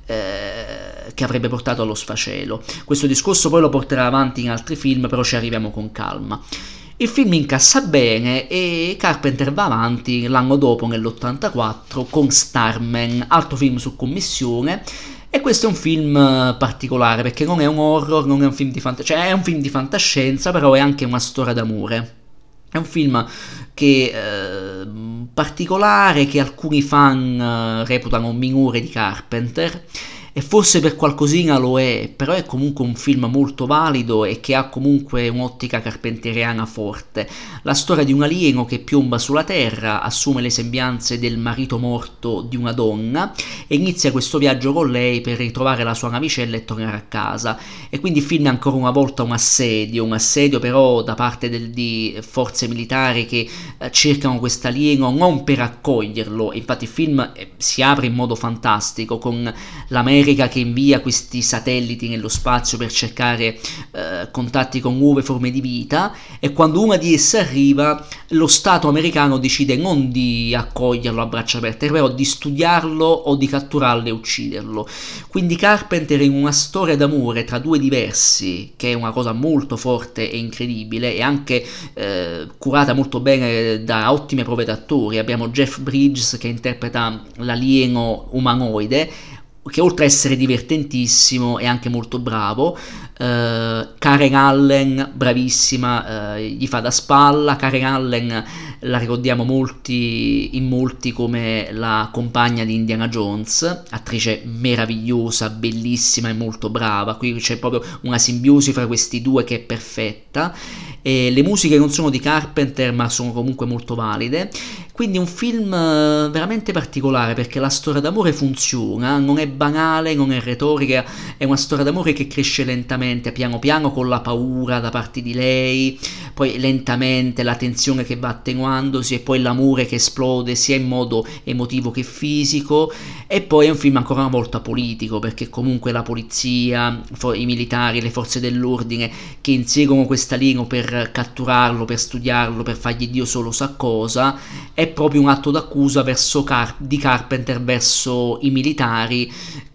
eh, che avrebbe portato allo sfacelo. Questo discorso poi lo porterà avanti in altri film, però ci arriviamo con calma. Il film incassa bene e Carpenter va avanti l'anno dopo, nell'ottantaquattro, con Starman, altro film su commissione. E questo è un film particolare perché non è un horror, non è un film di fantascienza, cioè è un film di fantascienza, però è anche una storia d'amore. È un film che eh, particolare, che alcuni fan eh, reputano minore di Carpenter, e forse per qualcosina lo è, però è comunque un film molto valido e che ha comunque un'ottica carpenteriana forte. La storia di un alieno che piomba sulla Terra, assume le sembianze del marito morto di una donna e inizia questo viaggio con lei per ritrovare la sua navicella e tornare a casa. E quindi il film è ancora una volta un assedio, un assedio però da parte del, di forze militari che eh, cercano questo alieno non per accoglierlo. Infatti il film eh, si apre in modo fantastico con l'America che invia questi satelliti nello spazio per cercare eh, contatti con nuove forme di vita, e quando una di esse arriva lo Stato americano decide non di accoglierlo a braccia aperte, però di studiarlo o di catturarlo e ucciderlo. Quindi Carpenter, in una storia d'amore tra due diversi, che è una cosa molto forte e incredibile, e anche eh, curata molto bene da ottime prove d'attori. Abbiamo Jeff Bridges che interpreta l'alieno umanoide, che oltre a essere divertentissimo è anche molto bravo. Uh, Karen Allen, bravissima, uh, gli fa da spalla. Karen Allen la ricordiamo molti, in molti come la compagna di Indiana Jones, attrice meravigliosa, bellissima e molto brava. Qui c'è proprio una simbiosi fra questi due che è perfetta. E le musiche non sono di Carpenter ma sono comunque molto valide, quindi è un film veramente particolare perché la storia d'amore funziona, non è banale, non è retorica, è una storia d'amore che cresce lentamente, piano piano, con la paura da parte di lei, poi lentamente la tensione che va attenuandosi e poi l'amore che esplode sia in modo emotivo che fisico. E poi è un film ancora una volta politico perché comunque la polizia, i militari, le forze dell'ordine che inseguono quest'alieno per catturarlo, per studiarlo, per fargli Dio solo sa cosa, è proprio un atto d'accusa verso Car- di Carpenter verso i militari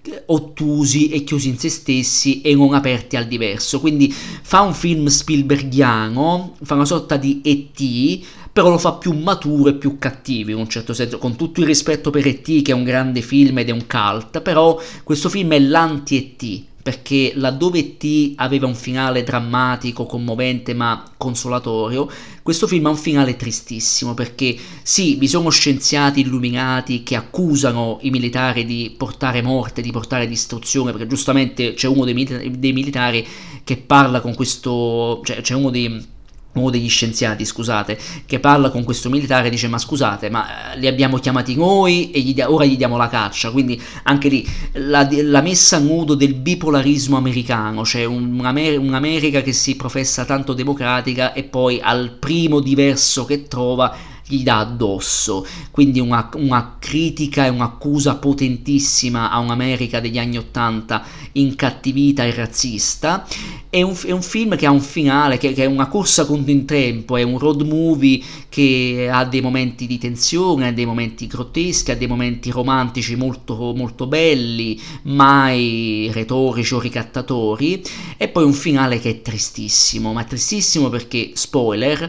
ottusi e chiusi in se stessi e non aperti al diverso. Quindi fa un film Spielbergiano, fa una sorta di E T, però lo fa più maturo e più cattivo in un certo senso, con tutto il rispetto per E T che è un grande film ed è un cult, però questo film è l'anti-E T, perché laddove E T aveva un finale drammatico, commovente ma consolatorio, questo film ha un finale tristissimo, perché sì, vi sono scienziati illuminati che accusano i militari di portare morte, di portare distruzione, perché giustamente c'è uno dei, mil- dei militari che parla con questo, cioè c'è uno dei uno degli scienziati, scusate, che parla con questo militare e dice: ma scusate, ma li abbiamo chiamati noi e gli dia- ora gli diamo la caccia. Quindi anche lì la, la messa a nudo del bipolarismo americano, cioè un, un'Amer- un'America che si professa tanto democratica e poi al primo diverso che trova gli dà addosso. Quindi una, una critica e un'accusa potentissima a un'America degli anni ottanta incattivita e razzista. È un, è un film che ha un finale, che, che è una corsa contro il tempo, è un road movie che ha dei momenti di tensione, ha dei momenti grotteschi, ha dei momenti romantici molto, molto belli, mai retorici o ricattatori, e poi un finale che è tristissimo, ma tristissimo perché, spoiler,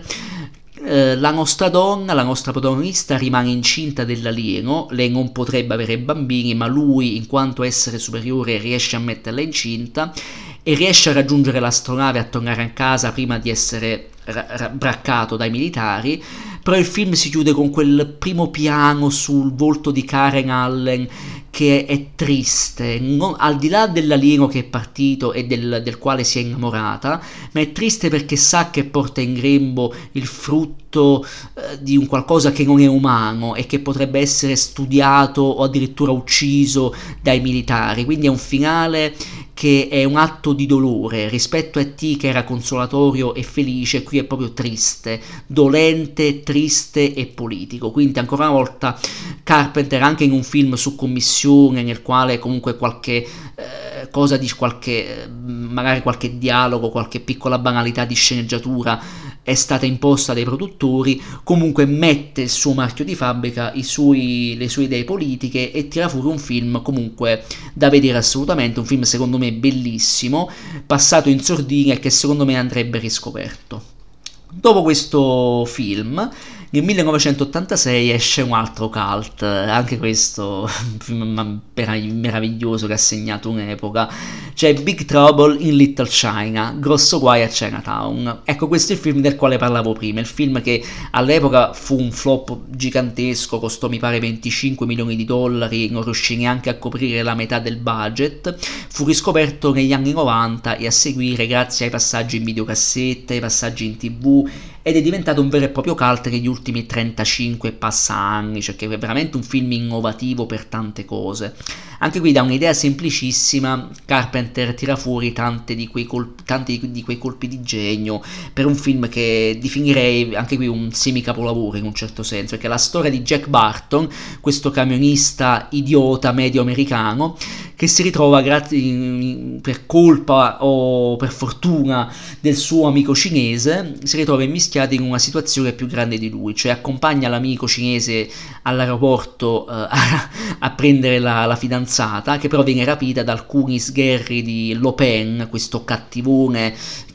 eh, la nostra donna, la nostra protagonista rimane incinta dell'alieno. Lei non potrebbe avere bambini, ma lui, in quanto essere superiore, riesce a metterla incinta e riesce a raggiungere l'astronave, a tornare a casa prima di essere ra- ra- braccato dai militari. Però il film si chiude con quel primo piano sul volto di Karen Allen che è triste, non, al di là dell'alieno che è partito e del, del quale si è innamorata, ma è triste perché sa che porta in grembo il frutto eh, di un qualcosa che non è umano e che potrebbe essere studiato o addirittura ucciso dai militari. Quindi è un finale che è un atto di dolore rispetto a T che era consolatorio e felice. Qui è proprio triste, dolente, triste e politico. Quindi ancora una volta Carpenter, anche in un film su commissione nel quale comunque qualche eh, cosa di qualche magari qualche dialogo, qualche piccola banalità di sceneggiatura è stata imposta dai produttori, comunque mette il suo marchio di fabbrica, i suoi, le sue idee politiche e tira fuori un film comunque da vedere assolutamente, un film secondo me bellissimo, passato in sordina e che secondo me andrebbe riscoperto. Dopo questo film, nel millenovecentottantasei esce un altro cult, anche questo un film meraviglioso che ha segnato un'epoca, cioè Big Trouble in Little China, Grosso guai a Chinatown. Ecco, questo è il film del quale parlavo prima, il film che all'epoca fu un flop gigantesco, costò mi pare venticinque milioni di dollari, non riuscì neanche a coprire la metà del budget, fu riscoperto negli anni novanta e a seguire grazie ai passaggi in videocassette, ai passaggi in tv, ed è diventato un vero e proprio cult negli ultimi trentacinque passa anni, cioè che è veramente un film innovativo per tante cose. Anche qui da un'idea semplicissima Carpenter tira fuori tante di quei colpi, tanti di quei colpi di genio per un film che definirei anche qui un semi-capolavoro in un certo senso, perché la storia di Jack Barton, questo camionista idiota medio americano che si ritrova grazie, per colpa o per fortuna del suo amico cinese, si ritrova immischiato in una situazione più grande di lui, cioè accompagna l'amico cinese all'aeroporto eh, a, a prendere la, la fidanzata, che però viene rapita da alcuni sgherri di Le Pen, questo cattivone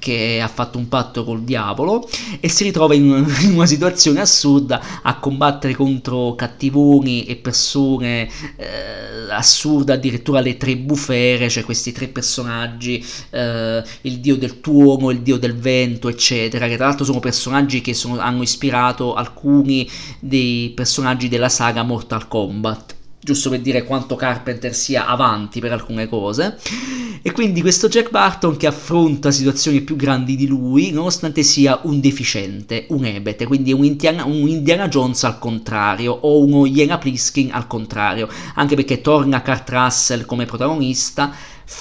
che ha fatto un patto col diavolo e si ritrova in, in una situazione assurda a combattere contro cattivoni e persone eh, assurde, addirittura le tre bufere, cioè questi tre personaggi, eh, il dio del tuono, il dio del vento, eccetera, che tra l'altro sono personaggi che sono, hanno ispirato alcuni dei personaggi della saga Mortal Kombat, giusto per dire quanto Carpenter sia avanti per alcune cose. E quindi questo Jack Burton che affronta situazioni più grandi di lui, nonostante sia un deficiente, un ebete, quindi un Indiana, un Indiana Jones al contrario, o uno Iena Pliskin al contrario, anche perché torna Kurt Russell come protagonista,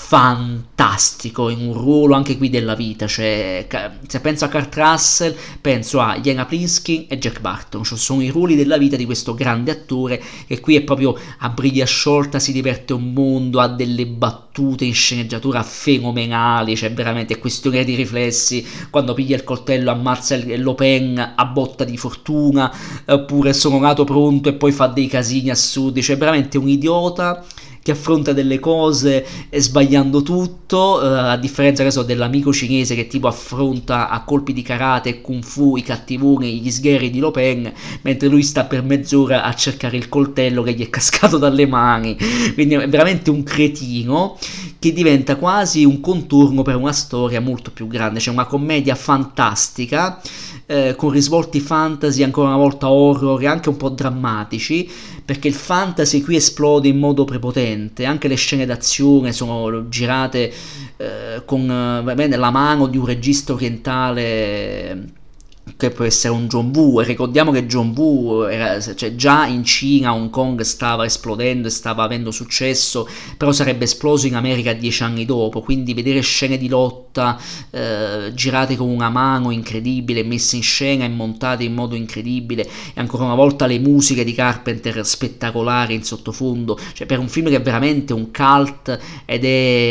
fantastico, in un ruolo anche qui della vita, cioè se penso a Kurt Russell penso a Iena Pliskin e Jack Burton, cioè sono i ruoli della vita di questo grande attore che qui è proprio a briglia sciolta, si diverte un mondo, ha delle battute in sceneggiatura fenomenali, cioè veramente è questione di riflessi, quando piglia il coltello ammazza il Lopen a botta di fortuna, oppure sono nato pronto e poi fa dei casini assurdi, cioè veramente un idiota che affronta delle cose sbagliando tutto, eh, a differenza che so dell'amico cinese che tipo affronta a colpi di karate e kung fu i cattivoni, gli sgherri di Lopen, mentre lui sta per mezz'ora a cercare il coltello che gli è cascato dalle mani, quindi è veramente un cretino che diventa quasi un contorno per una storia molto più grande, cioè una commedia fantastica, eh, con risvolti fantasy, ancora una volta horror e anche un po' drammatici, perché il fantasy qui esplode in modo prepotente, anche le scene d'azione sono girate eh, con eh, la mano di un regista orientale che può essere un John Woo, e ricordiamo che John Woo era, cioè, già in Cina, Hong Kong stava esplodendo e stava avendo successo, però sarebbe esploso in America dieci anni dopo, quindi vedere scene di lotta eh, girate con una mano incredibile, messe in scena e montate in modo incredibile, e ancora una volta le musiche di Carpenter spettacolari in sottofondo, cioè per un film che è veramente un cult, ed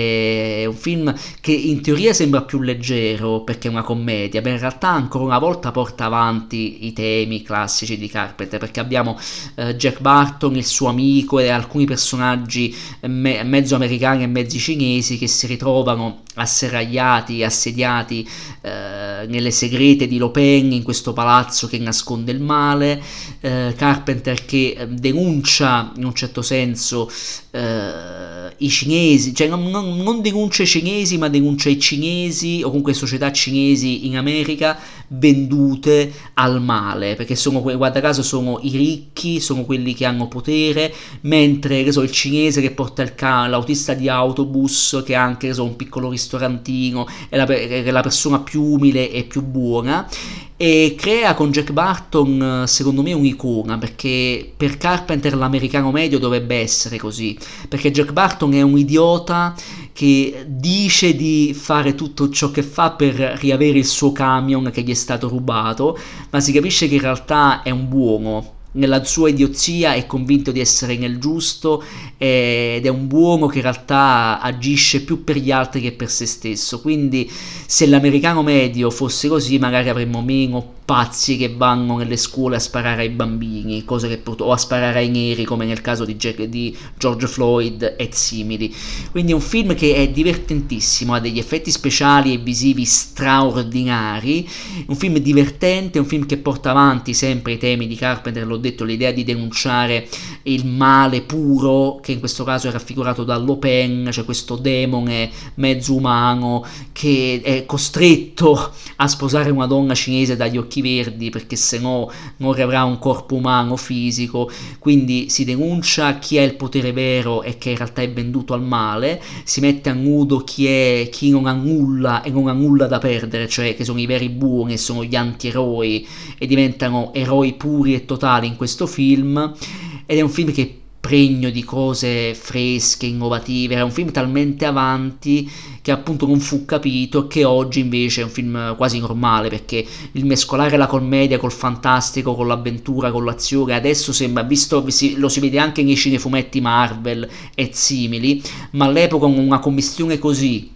è un film che in teoria sembra più leggero perché è una commedia, ma in realtà ancora una volta porta avanti i temi classici di Carpenter, perché abbiamo eh, Jack Burton, il suo amico e alcuni personaggi me- mezzo americani e mezzi cinesi che si ritrovano asserragliati, assediati eh, nelle segrete di Lopen, in questo palazzo che nasconde il male, eh, Carpenter che denuncia in un certo senso eh, i cinesi, cioè non, non, non denuncia i cinesi ma denuncia i cinesi o comunque società cinesi in America vendute al male, perché sono, guarda caso, sono i ricchi, sono quelli che hanno potere, mentre che so, il cinese che porta il ca- l'autista di autobus, che ha anche che so, un piccolo ristorantino, è la, è la persona più umile e più buona, e crea con Jack Burton secondo me un'icona, perché per Carpenter l'americano medio dovrebbe essere così, perché Jack Burton è un idiota che dice di fare tutto ciò che fa per riavere il suo camion che gli è stato rubato, ma si capisce che in realtà è un buono. Nella sua idiozia è convinto di essere nel giusto ed è un buono che in realtà agisce più per gli altri che per se stesso, quindi se l'americano medio fosse così magari avremmo meno pazzi che vanno nelle scuole a sparare ai bambini, cose che purtroppo, o a sparare ai neri come nel caso di, Jack, di George Floyd e simili. Quindi è un film che è divertentissimo, ha degli effetti speciali e visivi straordinari, un film divertente, un film che porta avanti sempre i temi di Carpenter, l'ho detto, l'idea di denunciare il male puro, che in questo caso è raffigurato da Lopen, cioè questo demone mezzo umano che è costretto a sposare una donna cinese dagli occhi verdi perché se no non avrà un corpo umano fisico, quindi si denuncia chi ha il potere vero e che in realtà è venduto al male, si mette a nudo chi è chi non ha nulla e non ha nulla da perdere, cioè che sono i veri buoni, sono gli antieroi e diventano eroi puri e totali in questo film, ed è un film che è pregno di cose fresche, innovative, era un film talmente avanti che appunto non fu capito, che oggi invece è un film quasi normale, perché il mescolare la commedia col fantastico, con l'avventura, con l'azione, adesso sembra, visto lo si vede anche nei cinefumetti Marvel e simili, ma all'epoca una commistione così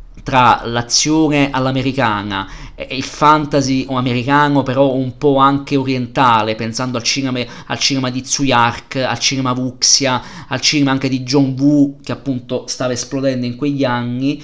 tra l'azione all'americana e il fantasy americano però un po' anche orientale, pensando al cinema, al cinema di Tsuyark, al cinema Wuxia, al cinema anche di John Woo che appunto stava esplodendo in quegli anni,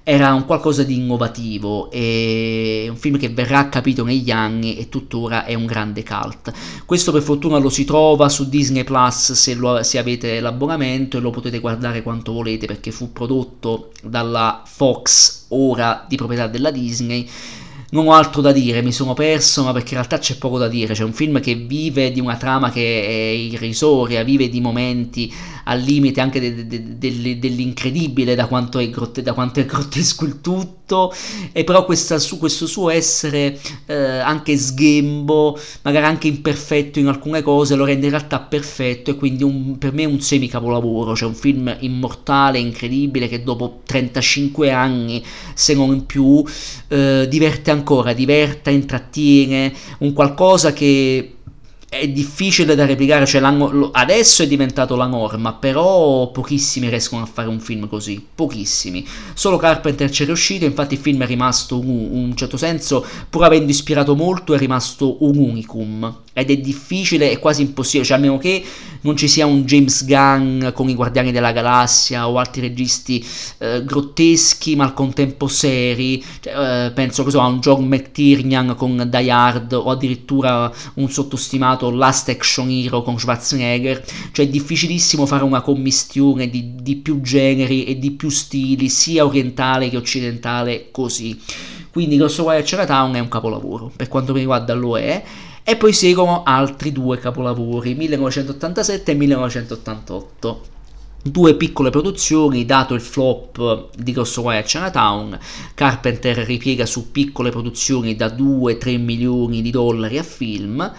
era un qualcosa di innovativo, è un film che verrà capito negli anni e tuttora è un grande cult. Questo per fortuna lo si trova su Disney Plus se, lo, se avete l'abbonamento, e lo potete guardare quanto volete perché fu prodotto dalla Fox, ora di proprietà della Disney. Non ho altro da dire, mi sono perso, ma perché in realtà c'è poco da dire. C'è un film che vive di una trama che è irrisoria, vive di momenti al limite anche de- de- de- dell'incredibile da quanto è, grotte- da quanto è grottesco il tutto, e però questa su- questo suo essere eh, anche sghembo, magari anche imperfetto in alcune cose, lo rende in realtà perfetto, e quindi un, per me è un semi capolavoro, cioè un film immortale, incredibile, che dopo trentacinque anni, se non in più, eh, diverte ancora, diverte, intrattiene, un qualcosa che è difficile da replicare, cioè adesso è diventato la norma, però pochissimi riescono a fare un film così, pochissimi. Solo Carpenter ci è riuscito, infatti il film è rimasto un, un certo senso, pur avendo ispirato molto, è rimasto un unicum, ed è difficile, è quasi impossibile, cioè a meno che non ci sia un James Gunn con i Guardiani della Galassia o altri registi eh, grotteschi ma al contempo seri, cioè, eh, penso che so, a un John McTiernan con Die Hard, o addirittura un sottostimato Last Action Hero con Schwarzenegger. Cioè è difficilissimo fare una commistione di, di più generi e di più stili, sia orientale che occidentale, così. Quindi Ghostwire Chinatown è un capolavoro, per quanto mi riguarda lo è. E poi seguono altri due capolavori, millenovecentottantasette e millenovecentottantotto. Due piccole produzioni, dato il flop di Ghostwire Chinatown, Carpenter ripiega su piccole produzioni da due tre milioni di dollari a film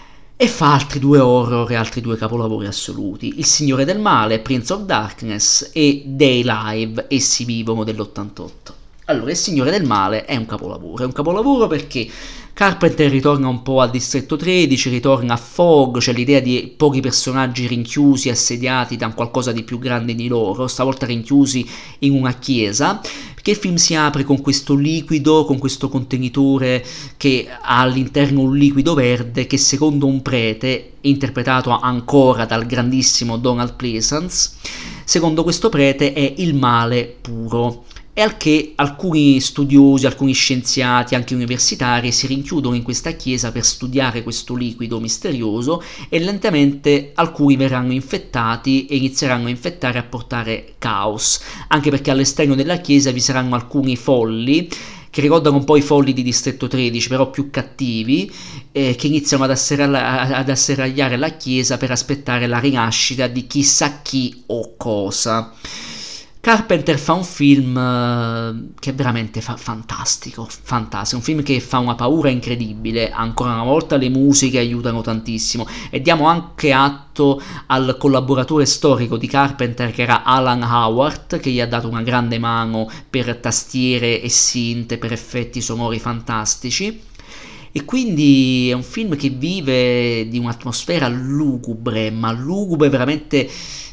e fa altri due horror e altri due capolavori assoluti: Il Signore del Male, Prince of Darkness, e They Live, Essi Vivono dell'ottantotto. Allora, Il Signore del Male è un capolavoro, è un capolavoro perché Carpenter ritorna un po' al Distretto tredici, ritorna a Fog, cioè l'idea di pochi personaggi rinchiusi, assediati da qualcosa di più grande di loro, stavolta rinchiusi in una chiesa, perché il film si apre con questo liquido, con questo contenitore che ha all'interno un liquido verde che secondo un prete, interpretato ancora dal grandissimo Donald Pleasence, secondo questo prete è il male puro. E al che alcuni studiosi, alcuni scienziati, anche universitari, si rinchiudono in questa chiesa per studiare questo liquido misterioso, e lentamente alcuni verranno infettati e inizieranno a infettare e a portare caos, anche perché all'esterno della chiesa vi saranno alcuni folli che ricordano un po' i folli di Distretto tredici, però più cattivi, eh, che iniziano ad, asserra- ad asserragliare la chiesa per aspettare la rinascita di chissà chi o cosa. Carpenter fa un film uh, che è veramente fa- fantastico, fantastico, un film che fa una paura incredibile. Ancora una volta le musiche aiutano tantissimo, e diamo anche atto al collaboratore storico di Carpenter, che era Alan Howard, che gli ha dato una grande mano per tastiere e synth, per effetti sonori fantastici. E quindi è un film che vive di un'atmosfera lugubre, ma lugubre veramente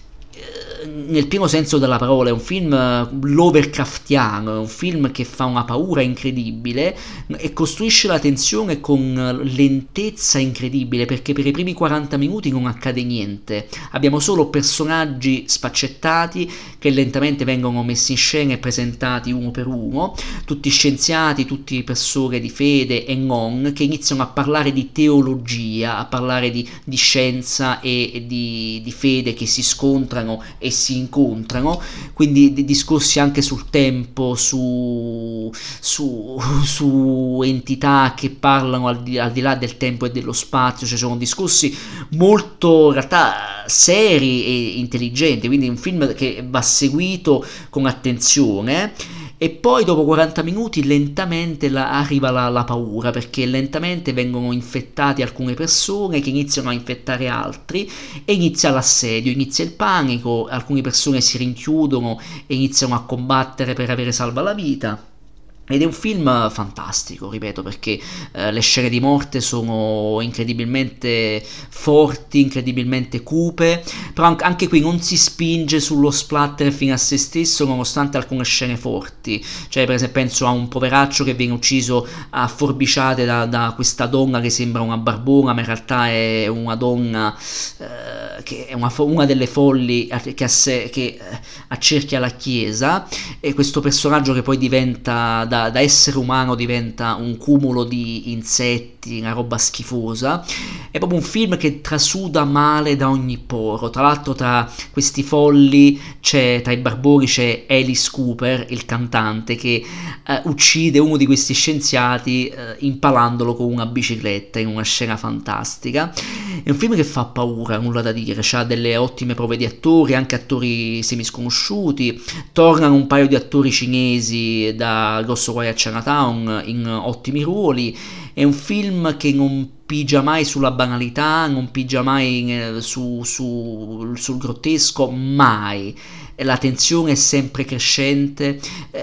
nel pieno senso della parola. È un film Lovecraftiano, è un film che fa una paura incredibile e costruisce la tensione con lentezza incredibile, perché per i primi quaranta minuti non accade niente, abbiamo solo personaggi sfaccettati che lentamente vengono messi in scena e presentati uno per uno, tutti scienziati, tutti persone di fede e non, che iniziano a parlare di teologia, a parlare di, di scienza e, e di, di fede, che si scontrano e si incontrano, quindi di discorsi anche sul tempo, su, su, su entità che parlano al di, al di là del tempo e dello spazio, cioè sono discorsi molto in realtà seri e intelligenti, quindi un film che va seguito con attenzione. E poi dopo quaranta minuti lentamente la, arriva la, la paura, perché lentamente vengono infettati alcune persone che iniziano a infettare altri, e inizia l'assedio, inizia il panico, alcune persone si rinchiudono e iniziano a combattere per avere salva la vita. Ed è un film fantastico, ripeto, perché eh, le scene di morte sono incredibilmente forti, incredibilmente cupe, però anche qui non si spinge sullo splatter fino a se stesso, nonostante alcune scene forti. Cioè, per esempio, penso a un poveraccio che viene ucciso a forbiciate da, da questa donna che sembra una barbona, ma in realtà è una donna eh, eh, che è una, fo- una delle folli che, asse- che eh, accerchia la Chiesa, e questo personaggio che poi diventa, da, da essere umano diventa un cumulo di insetti, una roba schifosa. È proprio un film che trasuda male da ogni poro. Tra l'altro tra questi folli c'è, tra i barboni c'è Alice Cooper, il cantante, che eh, uccide uno di questi scienziati eh, impalandolo con una bicicletta in una scena fantastica. È un film che fa paura, nulla da dire, ha delle ottime prove di attori, anche attori semisconosciuti, tornano un paio di attori cinesi da Ghostwire a Chinatown in ottimi ruoli. È un film che non pigia mai sulla banalità, non pigia mai eh, su, su, sul grottesco, mai. La tensione è sempre crescente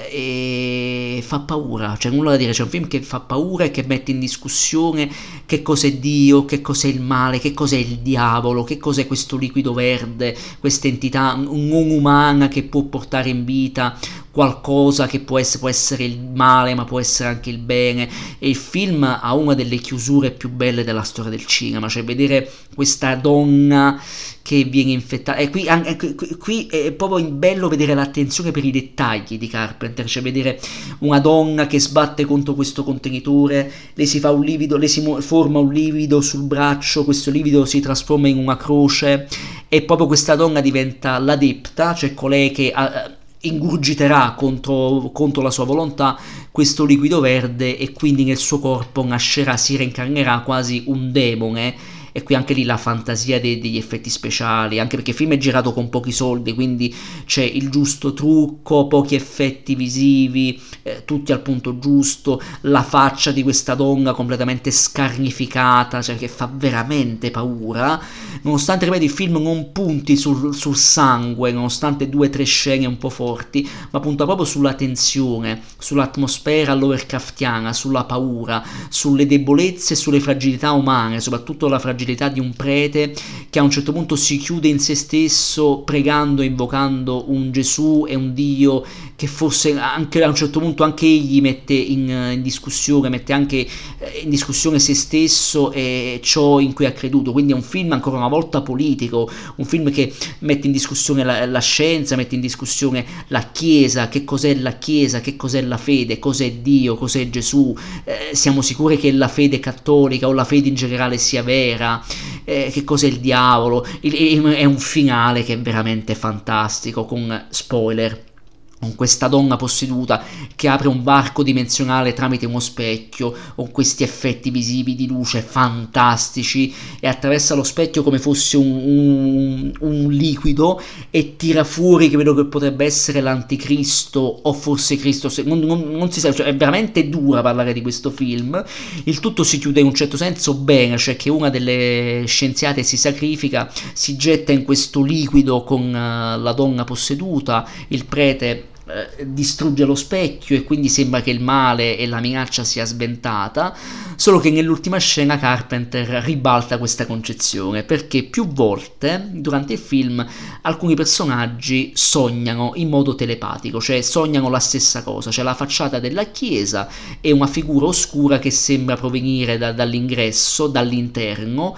eh, e fa paura, cioè nulla da dire, c'è un film che fa paura e che mette in discussione che cos'è Dio, che cos'è il male, che cos'è il diavolo, che cos'è questo liquido verde, questa entità non umana che può portare in vita qualcosa che può essere, può essere il male ma può essere anche il bene. E il film ha una delle chiusure più belle della storia del cinema, cioè vedere questa donna che viene infettata, e qui, anche, qui è proprio bello vedere l'attenzione per i dettagli di Carpenter, cioè vedere una donna che sbatte contro questo contenitore, le si fa un livido, le si forma un livido sul braccio, questo livido si trasforma in una croce e proprio questa donna diventa l'adepta, cioè colei che uh, ingurgiterà contro, contro la sua volontà questo liquido verde, e quindi nel suo corpo nascerà, si reincarnerà quasi un demone. E qui anche lì la fantasia dei, degli effetti speciali, anche perché il film è girato con pochi soldi, quindi c'è il giusto trucco, pochi effetti visivi, eh, tutti al punto giusto, la faccia di questa donna completamente scarnificata, cioè che fa veramente paura, nonostante ripeto il film non punti sul, sul sangue, nonostante due o tre scene un po' forti, ma punta proprio sulla tensione, sull'atmosfera Lovecraftiana, sulla paura, sulle debolezze e sulle fragilità umane, soprattutto la fragilità di un prete che a un certo punto si chiude in se stesso pregando, invocando un Gesù e un Dio che forse anche a un certo punto anche egli mette in, in discussione, mette anche in discussione se stesso e ciò in cui ha creduto. Quindi è un film ancora una volta politico, un film che mette in discussione la, la scienza, mette in discussione la Chiesa, che cos'è la Chiesa, che cos'è la fede, cos'è Dio, cos'è Gesù, eh, siamo sicuri che la fede cattolica o la fede in generale sia vera, eh, che cos'è il diavolo. Il, è un finale che è veramente fantastico, con spoiler, con questa donna posseduta che apre un varco dimensionale tramite uno specchio, con questi effetti visivi di luce fantastici, e attraversa lo specchio come fosse un, un, un liquido e tira fuori, che vedo che potrebbe essere l'anticristo o forse Cristo, non, non, non si sa, cioè è veramente dura parlare di questo film. Il tutto si chiude in un certo senso bene, cioè che una delle scienziate si sacrifica, si getta in questo liquido con uh, la donna posseduta, il prete Eh, distrugge lo specchio e quindi sembra che il male e la minaccia sia sventata, solo che nell'ultima scena Carpenter ribalta questa concezione, perché più volte durante il film alcuni personaggi sognano in modo telepatico, cioè sognano la stessa cosa, cioè la facciata della chiesa e una figura oscura che sembra provenire da, dall'ingresso, dall'interno,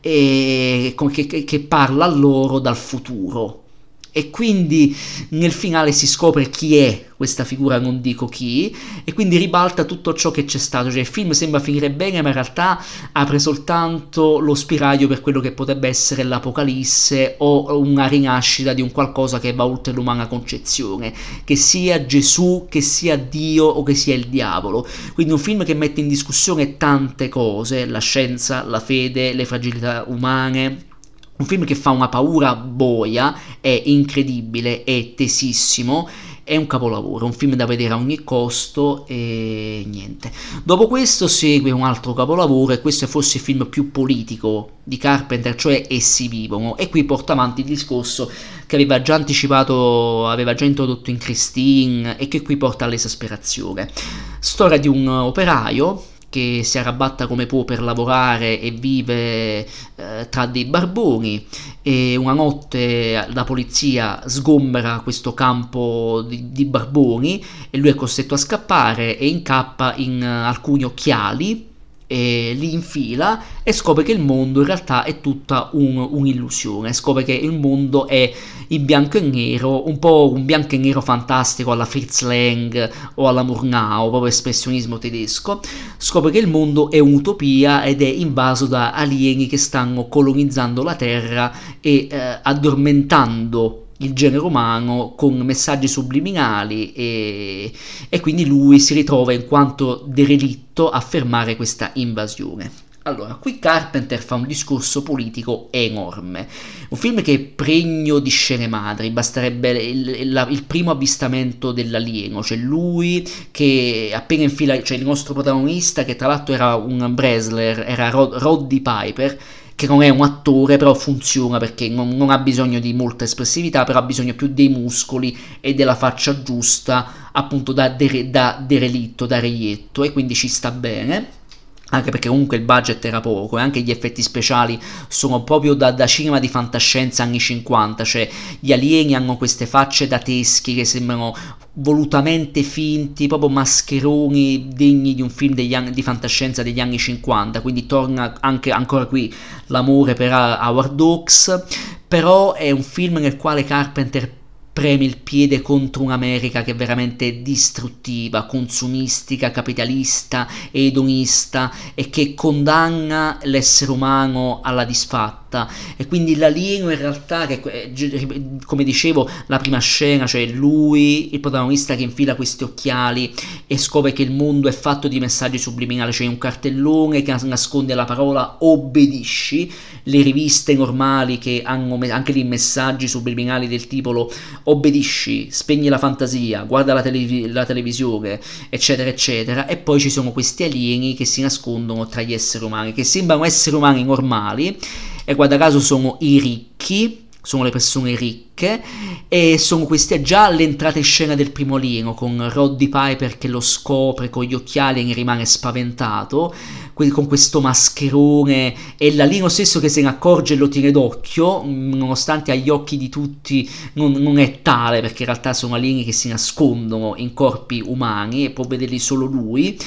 e che, che parla a loro dal futuro. E quindi nel finale si scopre chi è questa figura, non dico chi, e quindi ribalta tutto ciò che c'è stato, cioè il film sembra finire bene ma in realtà apre soltanto lo spiraglio per quello che potrebbe essere l'Apocalisse o una rinascita di un qualcosa che va oltre l'umana concezione, che sia Gesù, che sia Dio o che sia il diavolo. Quindi un film che mette in discussione tante cose, la scienza, la fede, le fragilità umane. Un film che fa una paura boia, è incredibile, è tesissimo, è un capolavoro, un film da vedere a ogni costo e niente. Dopo questo segue un altro capolavoro, e questo è forse il film più politico di Carpenter, cioè Essi vivono, e qui porta avanti il discorso che aveva già anticipato, aveva già introdotto in Christine e che qui porta all'esasperazione. Storia di un operaio che si arrabatta come può per lavorare e vive eh, tra dei barboni, e una notte la polizia sgombera questo campo di, di barboni e lui è costretto a scappare e incappa in uh, alcuni occhiali e li infila e scopre che il mondo in realtà è tutta un, un'illusione, scopre che il mondo è in bianco e nero, un po' un bianco e nero fantastico alla Fritz Lang o alla Murnau, proprio espressionismo tedesco. Scopre che il mondo è un'utopia ed è invaso da alieni che stanno colonizzando la Terra e eh, addormentando il genere umano con messaggi subliminali, e, e quindi lui si ritrova in quanto derelitto a fermare questa invasione. Allora, qui Carpenter fa un discorso politico enorme, un film che è pregno di scene madri, basterebbe il, il, il primo avvistamento dell'alieno, cioè lui che appena infila, cioè il nostro protagonista che tra l'altro era un wrestler, era Rod, Roddy Piper, che non è un attore, però funziona perché non, non ha bisogno di molta espressività, però ha bisogno più dei muscoli e della faccia giusta, appunto da, dere, da derelitto, da reietto, e quindi ci sta bene, anche perché comunque il budget era poco e anche gli effetti speciali sono proprio da, da cinema di fantascienza anni cinquanta, cioè gli alieni hanno queste facce da teschi che sembrano volutamente finti, proprio mascheroni degni di un film degli anni, di fantascienza degli anni cinquanta, quindi torna anche ancora qui l'amore per Howard Hawks, però è un film nel quale Carpenter preme il piede contro un'America che è veramente distruttiva, consumistica, capitalista, edonista e che condanna l'essere umano alla disfatta. E quindi l'alieno in realtà, che come dicevo la prima scena, cioè lui, il protagonista che infila questi occhiali e scopre che il mondo è fatto di messaggi subliminali, cioè un cartellone che nasconde la parola obbedisci, le riviste normali che hanno anche lì messaggi subliminali del tipo obbedisci, spegni la fantasia, guarda la, televi- la televisione, eccetera eccetera, e poi ci sono questi alieni che si nascondono tra gli esseri umani, che sembrano esseri umani normali e guarda caso sono i ricchi, sono le persone ricche, e sono questi già all'entrata in scena del primo alieno con Roddy Piper che lo scopre con gli occhiali e ne rimane spaventato, con questo mascherone, e l'alieno stesso che se ne accorge e lo tiene d'occhio, nonostante agli occhi di tutti non, non è tale, perché in realtà sono alieni che si nascondono in corpi umani e può vederli solo lui.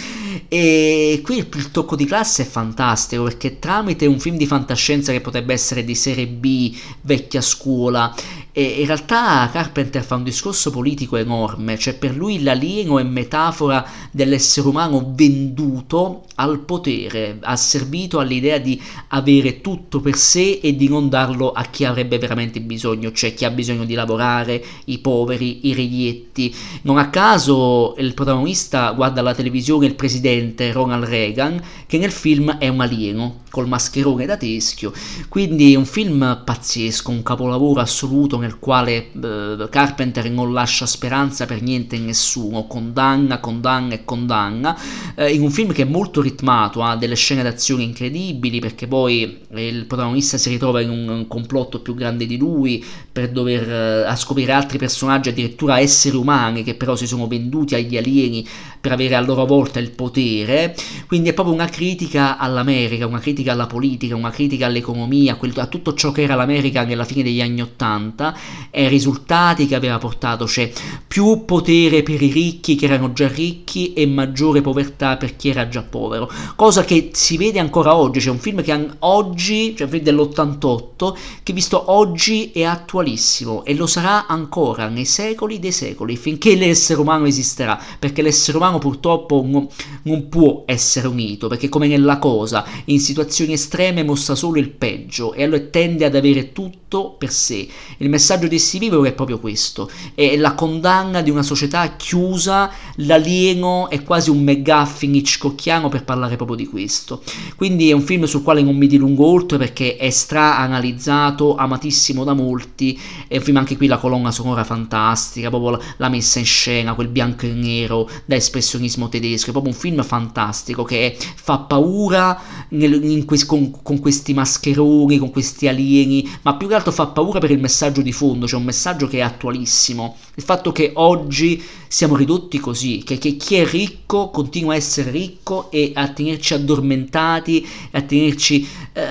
E qui il, il tocco di classe è fantastico, perché tramite un film di fantascienza che potrebbe essere di serie B, vecchia scuola, e in realtà Carpenter fa un discorso politico enorme, cioè per lui l'alieno è metafora dell'essere umano venduto al potere, asservito all'idea di avere tutto per sé e di non darlo a chi avrebbe veramente bisogno, cioè chi ha bisogno di lavorare, i poveri, i reietti. Non a caso il protagonista guarda alla televisione il presidente Ronald Reagan, che nel film è un alieno col mascherone da teschio, quindi è un film pazzesco, un capolavoro assoluto nel quale eh, Carpenter non lascia speranza per niente e nessuno, condanna, condanna e condanna, eh, in un film che è molto ritmato, ha delle scene d'azione incredibili, perché poi eh, il protagonista si ritrova in un, un complotto più grande di lui per dover eh, a scoprire altri personaggi, addirittura esseri umani che però si sono venduti agli alieni per avere a loro volta il potere, quindi è proprio una critica all'America, una critica alla politica, una critica all'economia, a tutto ciò che era l'America nella fine degli anni Ottanta e ai risultati che aveva portato, cioè più potere per i ricchi che erano già ricchi e maggiore povertà per chi era già povero, cosa che si vede ancora oggi. C'è un film che oggi, cioè un film dell'ottantotto, che visto oggi è attualissimo e lo sarà ancora nei secoli dei secoli, finché l'essere umano esisterà, perché l'essere umano purtroppo non, non può essere unito, perché come nella cosa, in situazioni estreme mostra solo il peggio e allora tende ad avere tutto per sé. Il messaggio di Steve è proprio questo, è la condanna di una società chiusa, l'alieno è quasi un McGuffin hitchcockiano per parlare proprio di questo. Quindi è un film sul quale non mi dilungo oltre perché è stra-analizzato, amatissimo da molti, è un film anche qui la colonna sonora fantastica, proprio la, la messa in scena, quel bianco e nero da espressionismo tedesco, è proprio un film fantastico che fa paura nel, in que- con, con questi mascheroni, con questi alieni, ma più che altro fa paura per il messaggio di fondo, cioè un messaggio che è attualissimo, il fatto che oggi siamo ridotti così, che, che chi è ricco continua a essere ricco e a tenerci addormentati, a tenerci eh,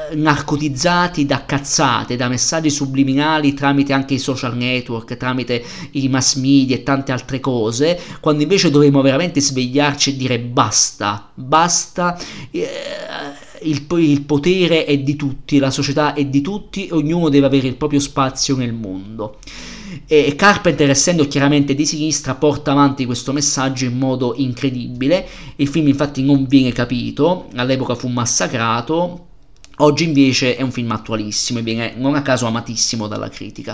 narcotizzati da cazzate, da messaggi subliminali tramite anche i social network, tramite i mass media e tante altre cose, quando invece dovremmo veramente svegliarci e dire basta, basta, eh, il, il potere è di tutti, la società è di tutti, ognuno deve avere il proprio spazio nel mondo. E Carpenter, essendo chiaramente di sinistra, porta avanti questo messaggio in modo incredibile. Il film infatti non viene capito, all'epoca fu massacrato, oggi invece è un film attualissimo e viene non a caso amatissimo dalla critica.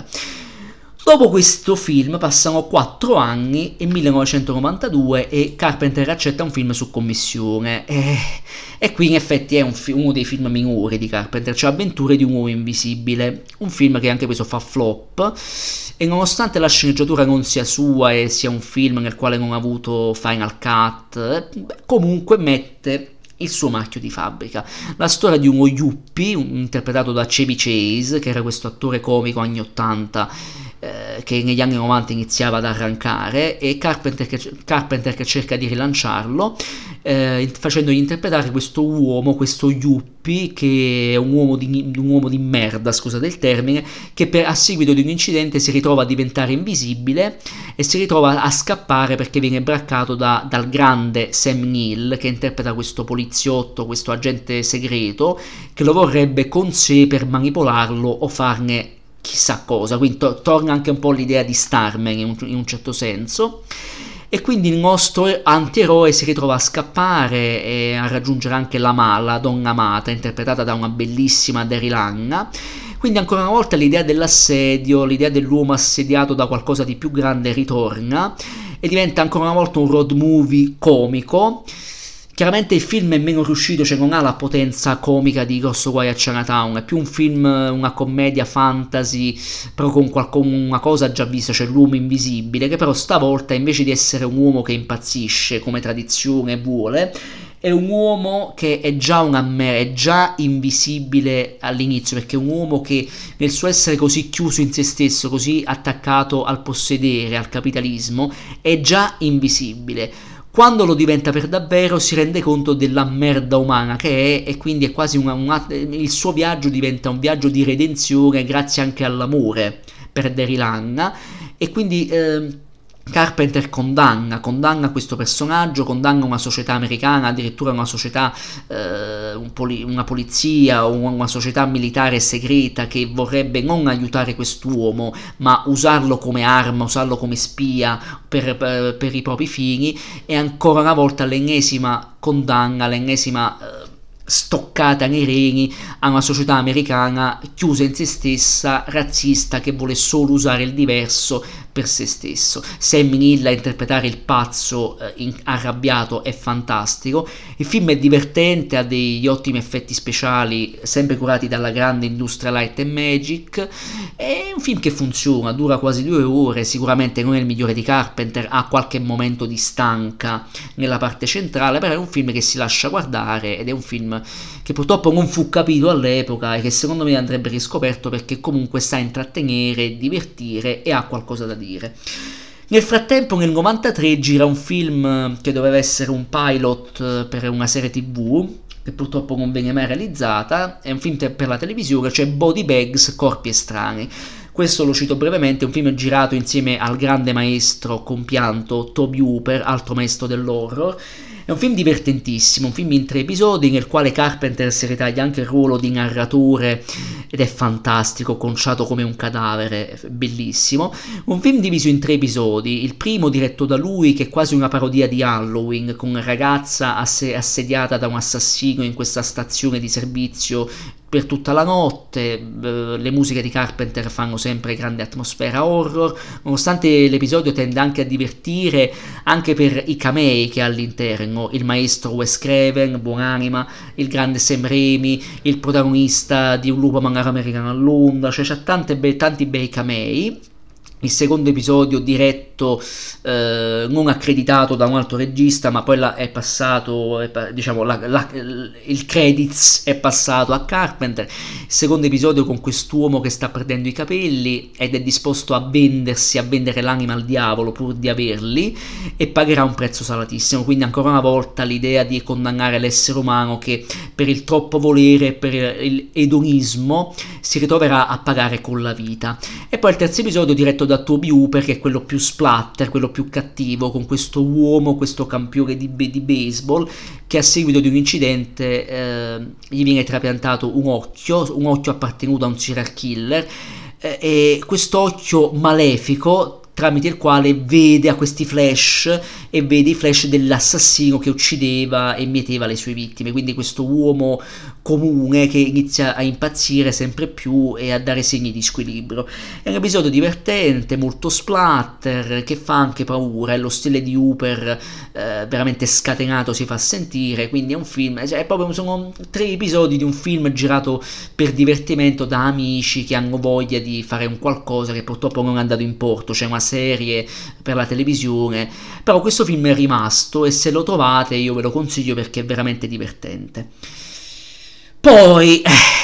Dopo questo film passano quattro anni e millenovecentonovantadue e Carpenter accetta un film su commissione e, e qui in effetti è un fi- uno dei film minori di Carpenter, cioè Avventure di un uomo invisibile, un film che anche questo fa flop e nonostante la sceneggiatura non sia sua e sia un film nel quale non ha avuto final cut, comunque mette il suo marchio di fabbrica. La storia di uno yuppie interpretato da Chevy Chase, che era questo attore comico anni ottanta eh, che negli anni novanta iniziava ad arrancare, e Carpenter che, Carpenter che cerca di rilanciarlo eh, facendogli interpretare questo uomo, questo yuppie che è un uomo di, un uomo di merda, scusate il termine, che per, a seguito di un incidente si ritrova a diventare invisibile e si ritrova a scappare perché viene braccato da, dal grande Sam Neill, che interpreta questo poliziotto, questo agente segreto che lo vorrebbe con sé per manipolarlo o farne chissà cosa, quindi to- torna anche un po' l'idea di Starman in un, in un certo senso. E quindi il nostro antieroe si ritrova a scappare e a raggiungere anche la mala, donna amata, interpretata da una bellissima Daryl Hannah. Quindi ancora una volta l'idea dell'assedio, l'idea dell'uomo assediato da qualcosa di più grande ritorna e diventa ancora una volta un road movie comico. Chiaramente il film è meno riuscito, cioè non ha la potenza comica di Grosso Guai a Chinatown, è più un film, una commedia fantasy, però con, qual- con una cosa già vista, cioè l'uomo invisibile, che però stavolta invece di essere un uomo che impazzisce come tradizione vuole, è un uomo che è già una me- è già invisibile all'inizio, perché è un uomo che nel suo essere così chiuso in se stesso, così attaccato al possedere, al capitalismo, è già invisibile. Quando lo diventa per davvero si rende conto della merda umana che è e quindi è quasi una, una, il suo viaggio diventa un viaggio di redenzione grazie anche all'amore per Daryl Hannah e quindi eh, Carpenter condanna, condanna questo personaggio, condanna una società americana, addirittura una società, eh, un poli- una polizia o una società militare segreta che vorrebbe non aiutare quest'uomo ma usarlo come arma, usarlo come spia per, per, per i propri fini, e ancora una volta l'ennesima condanna, l'ennesima eh, stoccata nei reni a una società americana chiusa in se stessa, razzista, che vuole solo usare il diverso per se stesso. Sam Neill a interpretare il pazzo eh, in, arrabbiato è fantastico. Il film è divertente, ha degli ottimi effetti speciali sempre curati dalla grande industria Light and Magic. È un film che funziona, dura quasi due ore, sicuramente non è il migliore di Carpenter, ha qualche momento di stanca nella parte centrale, però è un film che si lascia guardare ed è un film che purtroppo non fu capito all'epoca e che secondo me andrebbe riscoperto, perché comunque sa intrattenere, divertire e ha qualcosa da dire. Nel frattempo nel novantatré gira un film che doveva essere un pilot per una serie tv che purtroppo non venne mai realizzata, è un film per la televisione, cioè Body Bags, Corpi Estranei. Questo lo cito brevemente, è un film girato insieme al grande maestro compianto Tobe Hooper, altro maestro dell'horror. È un film divertentissimo, un film in tre episodi nel quale Carpenter si ritaglia anche il ruolo di narratore ed è fantastico, conciato come un cadavere, bellissimo. Un film diviso in tre episodi, il primo diretto da lui che è quasi una parodia di Halloween, con una ragazza ass- assediata da un assassino in questa stazione di servizio per tutta la notte. Le musiche di Carpenter fanno sempre grande atmosfera horror, nonostante l'episodio tende anche a divertire anche per i camei che ha all'interno, il maestro Wes Craven, buonanima, il grande Sam Raimi, il protagonista di Un lupo mannaro americano a Londra, cioè c'ha tante be- tanti bei camei. il secondo episodio diretto, eh, non accreditato da un altro regista, ma poi la, è passato, è, diciamo, la, la, il credits è passato a Carpenter. Il secondo episodio con quest'uomo che sta perdendo i capelli ed è disposto a vendersi, a vendere l'anima al diavolo pur di averli, e pagherà un prezzo salatissimo. Quindi ancora una volta l'idea di condannare l'essere umano che per il troppo volere, per il edonismo, si ritroverà a pagare con la vita. E poi il terzo episodio diretto da Toby Hooper, che è quello più splatter, quello più cattivo, con questo uomo, questo campione di, di baseball, che a seguito di un incidente eh, gli viene trapiantato un occhio, un occhio appartenuto a un serial killer, eh, e questo occhio malefico tramite il quale vede a questi flash e vede i flash dell'assassino che uccideva e mieteva le sue vittime. Quindi questo uomo comune che inizia a impazzire sempre più e a dare segni di squilibrio. È un episodio divertente, molto splatter, che fa anche paura, e lo stile di Hooper eh, veramente scatenato si fa sentire. Quindi è un film, cioè, è proprio, sono tre episodi di un film girato per divertimento da amici che hanno voglia di fare un qualcosa che purtroppo non è andato in porto, cioè una serie per la televisione. Però questo film è rimasto, e se lo trovate io ve lo consiglio perché è veramente divertente. Poi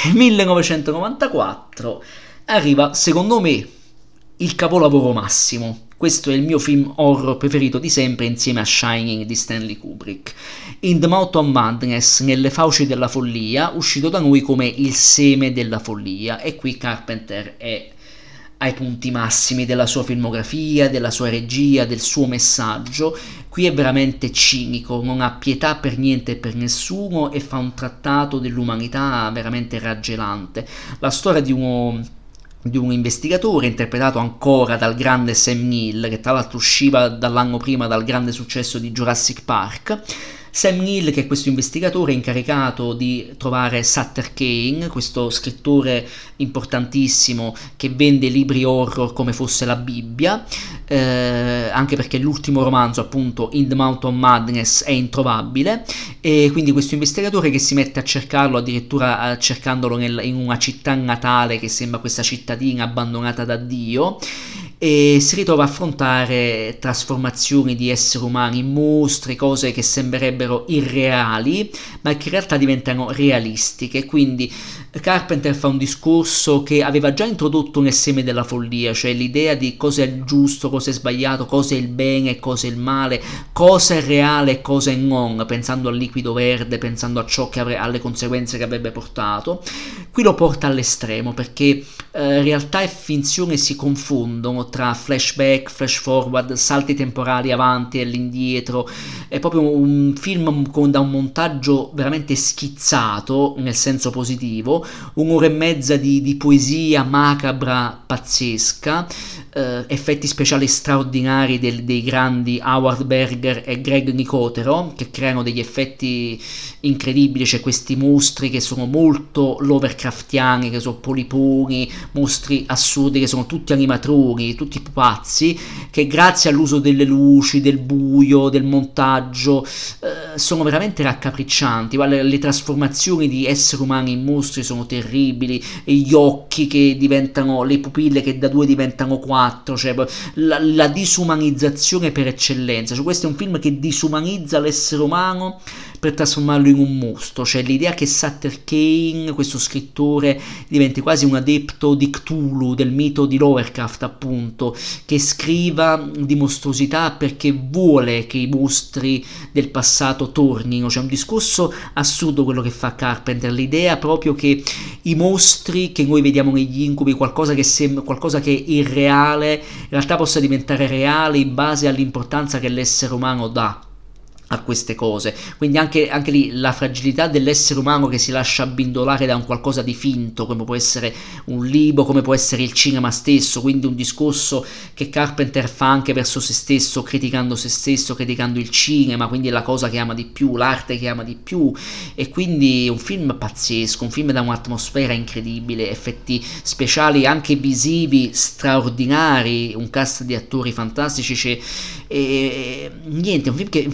millenovecentonovantaquattro arriva, secondo me, il capolavoro massimo. Questo è il mio film horror preferito di sempre, insieme a Shining di Stanley Kubrick. In the Mouth of Madness, nelle fauci della follia, uscito da noi come Il seme della follia, e qui Carpenter è ai punti massimi della sua filmografia, della sua regia, del suo messaggio. Qui è veramente cinico, non ha pietà per niente e per nessuno, e fa un trattato dell'umanità veramente raggelante. La storia di uno di un investigatore interpretato ancora dal grande Sam Neill, che tra l'altro usciva dall'anno prima dal grande successo di Jurassic Park. Sam Neill, che è questo investigatore incaricato di trovare Sutter Kane, questo scrittore importantissimo che vende libri horror come fosse la Bibbia, eh, anche perché l'ultimo romanzo, appunto In the Mouth of Madness, è introvabile, e quindi questo investigatore che si mette a cercarlo, addirittura cercandolo nel, in una città natale che sembra questa cittadina abbandonata da Dio, e si ritrova a affrontare trasformazioni di esseri umani in mostri, cose che sembrerebbero irreali ma che in realtà diventano realistiche. Quindi Carpenter fa un discorso che aveva già introdotto nel Seme della follia, cioè l'idea di cosa è il giusto, cosa è sbagliato, cosa è il bene e cosa è il male, cosa è reale e cosa è non, pensando al liquido verde, pensando a ciò che avrebbe, alle conseguenze che avrebbe portato. Qui lo porta all'estremo, perché eh, realtà e finzione si confondono tra flashback, flash forward, salti temporali avanti e all'indietro. È proprio un film con da un montaggio veramente schizzato nel senso positivo, un'ora e mezza di, di poesia macabra pazzesca, eh, effetti speciali straordinari del, dei grandi Howard Berger e Greg Nicotero, che creano degli effetti incredibili. C'è questi mostri che sono molto Lovecraftiani, che sono poliponi, mostri assurdi che sono tutti animatroni, tutti pupazzi, che grazie all'uso delle luci, del buio, del montaggio eh, sono veramente raccapriccianti. Le, le trasformazioni di esseri umani in mostri sono terribili, e gli occhi che diventano, le pupille che da due diventano quattro, cioè la, la disumanizzazione per eccellenza. Cioè, questo è un film che disumanizza l'essere umano per trasformarlo in un mostro. Cioè l'idea che Sutter Kane, questo scrittore, diventi quasi un adepto di Cthulhu, del mito di Lovecraft appunto, che scriva di mostruosità perché vuole che i mostri del passato tornino. C'è un discorso assurdo quello che fa Carpenter, l'idea proprio che i mostri che noi vediamo negli incubi, qualcosa che sembra, qualcosa che è irreale, in realtà possa diventare reale in base all'importanza che l'essere umano dà a queste cose. Quindi anche, anche lì la fragilità dell'essere umano che si lascia abbindolare da un qualcosa di finto, come può essere un libro, come può essere il cinema stesso. Quindi un discorso che Carpenter fa anche verso se stesso, criticando se stesso, criticando il cinema, quindi la cosa che ama di più, l'arte che ama di più. E quindi un film pazzesco, un film da un'atmosfera incredibile, effetti speciali anche visivi straordinari, un cast di attori fantastici. C'è, e, niente, un film che, un film che fa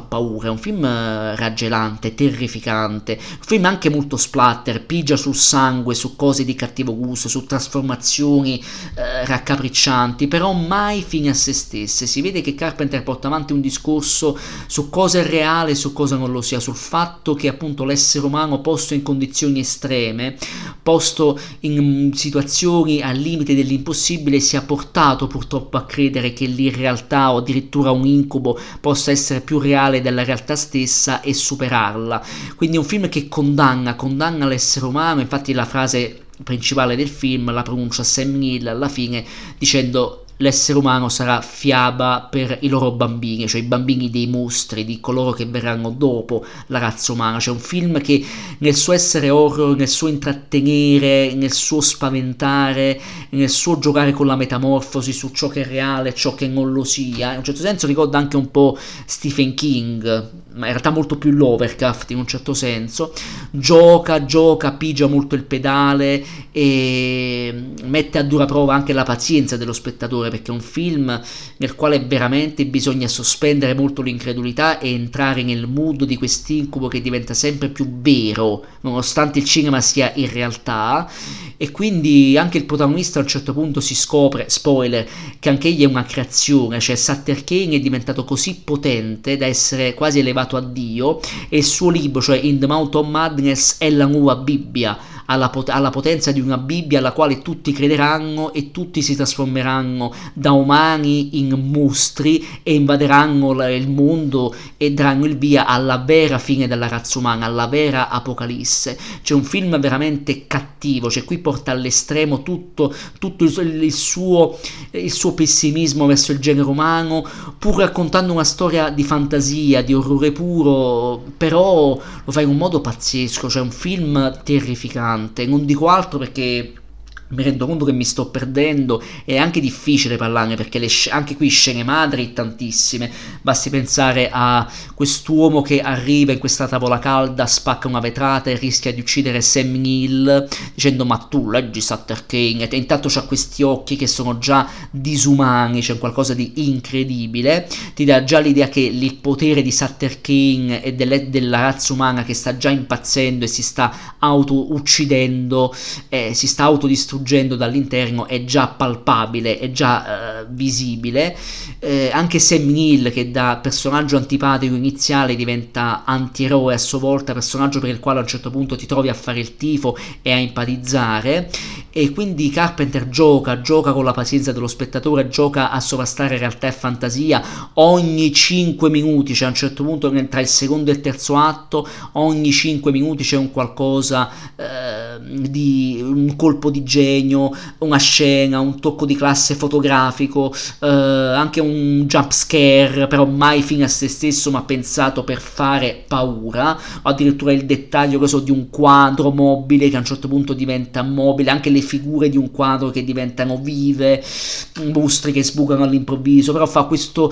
paura, è un film eh, raggelante, terrificante, un film anche molto splatter, pigia sul sangue, su cose di cattivo gusto, su trasformazioni eh, raccapriccianti, però mai fine a se stesse. Si vede che Carpenter porta avanti un discorso su cosa è reale e su cosa non lo sia, sul fatto che appunto l'essere umano posto in condizioni estreme, posto in situazioni al limite dell'impossibile, sia portato purtroppo a credere che l'irrealtà o addirittura un incubo possa essere più reale della realtà stessa e superarla. Quindi è un film che condanna, condanna l'essere umano. Infatti la frase principale del film la pronuncia Sam Neill alla fine, dicendo: l'essere umano sarà fiaba per i loro bambini, cioè i bambini dei mostri, di coloro che verranno dopo la razza umana. C'è un film che nel suo essere horror, nel suo intrattenere, nel suo spaventare, nel suo giocare con la metamorfosi su ciò che è reale e ciò che non lo sia, in un certo senso ricorda anche un po' Stephen King, ma in realtà molto più Lovecraft in un certo senso. Gioca, gioca, pigia molto il pedale e mette a dura prova anche la pazienza dello spettatore, perché è un film nel quale veramente bisogna sospendere molto l'incredulità e entrare nel mood di quest'incubo che diventa sempre più vero nonostante il cinema sia in realtà. E quindi anche il protagonista a un certo punto si scopre, spoiler, che anche egli è una creazione, cioè Sutter Kane è diventato così potente da essere quasi elevato a Dio, e il suo libro, cioè In the Mouth of Madness, è la nuova Bibbia, alla, pot- alla potenza di una Bibbia alla quale tutti crederanno e tutti si trasformeranno da umani in mostri e invaderanno la- il mondo e daranno il via alla vera fine della razza umana, alla vera apocalisse. C'è un film veramente cattivo, cioè qui porta all'estremo tutto, tutto il, il, suo, il suo pessimismo verso il genere umano, pur raccontando una storia di fantasia, di orrore puro, però lo fa in un modo pazzesco. Cioè un film terrificante. Non dico altro perché mi rendo conto che mi sto perdendo, è anche difficile parlarne perché le sc- anche qui scene madri tantissime. Basti pensare a quest'uomo che arriva in questa tavola calda, spacca una vetrata e rischia di uccidere Sam Neill dicendo: ma tu leggi Sutter Kane, e intanto c'ha questi occhi che sono già disumani, c'è qualcosa di incredibile. Ti dà già l'idea che il potere di Sutter Kane e delle- della razza umana che sta già impazzendo e si sta auto uccidendo, eh, si sta autodistruggendo dall'interno, è già palpabile, è già eh, visibile. Eh, anche Sam Neill, che da personaggio antipatico iniziale diventa antieroe a sua volta, personaggio per il quale a un certo punto ti trovi a fare il tifo e a empatizzare. E quindi Carpenter gioca, gioca con la pazienza dello spettatore, gioca a sovrastare realtà e fantasia. Ogni cinque minuti, cioè a un certo punto tra il secondo e il terzo atto, ogni cinque minuti c'è un qualcosa eh, di un colpo di genio, una scena, un tocco di classe fotografico, eh, anche un jump scare, però mai fine a se stesso ma pensato per fare paura, o addirittura il dettaglio che so di un quadro mobile che a un certo punto diventa mobile, anche le figure di un quadro che diventano vive, mostri che sbucano all'improvviso, però fa questo,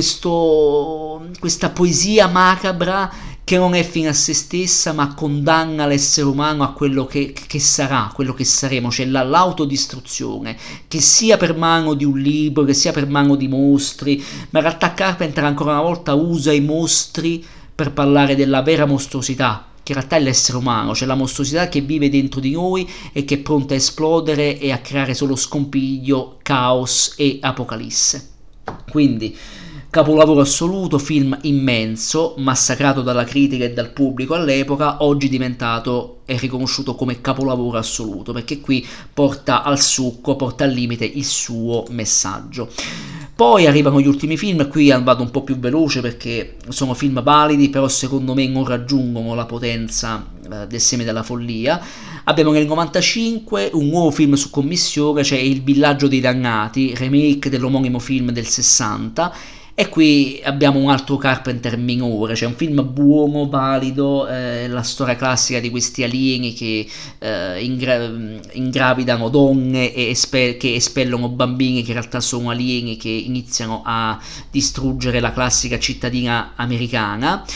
questo questa poesia macabra che non è fine a se stessa ma condanna l'essere umano a quello che, che sarà, quello che saremo, cioè la, l'autodistruzione, che sia per mano di un libro, che sia per mano di mostri. Ma in realtà Carpenter ancora una volta usa i mostri per parlare della vera mostruosità, che in realtà è l'essere umano, cioè la mostruosità che vive dentro di noi e che è pronta a esplodere e a creare solo scompiglio, caos e apocalisse. Quindi capolavoro assoluto, film immenso, massacrato dalla critica e dal pubblico all'epoca, oggi diventato e riconosciuto come capolavoro assoluto, perché qui porta al succo, porta al limite il suo messaggio. Poi arrivano gli ultimi film, qui vado un po' più veloce perché sono film validi, però secondo me non raggiungono la potenza eh, del Seme della follia. Abbiamo nel novantacinque un nuovo film su commissione, cioè Il villaggio dei dannati, remake dell'omonimo film del sessanta. E qui abbiamo un altro Carpenter minore, cioè un film buono, valido, eh, la storia classica di questi alieni che eh, ingra- ingravidano donne e espe- che espellono bambini che in realtà sono alieni che iniziano a distruggere la classica cittadina americana.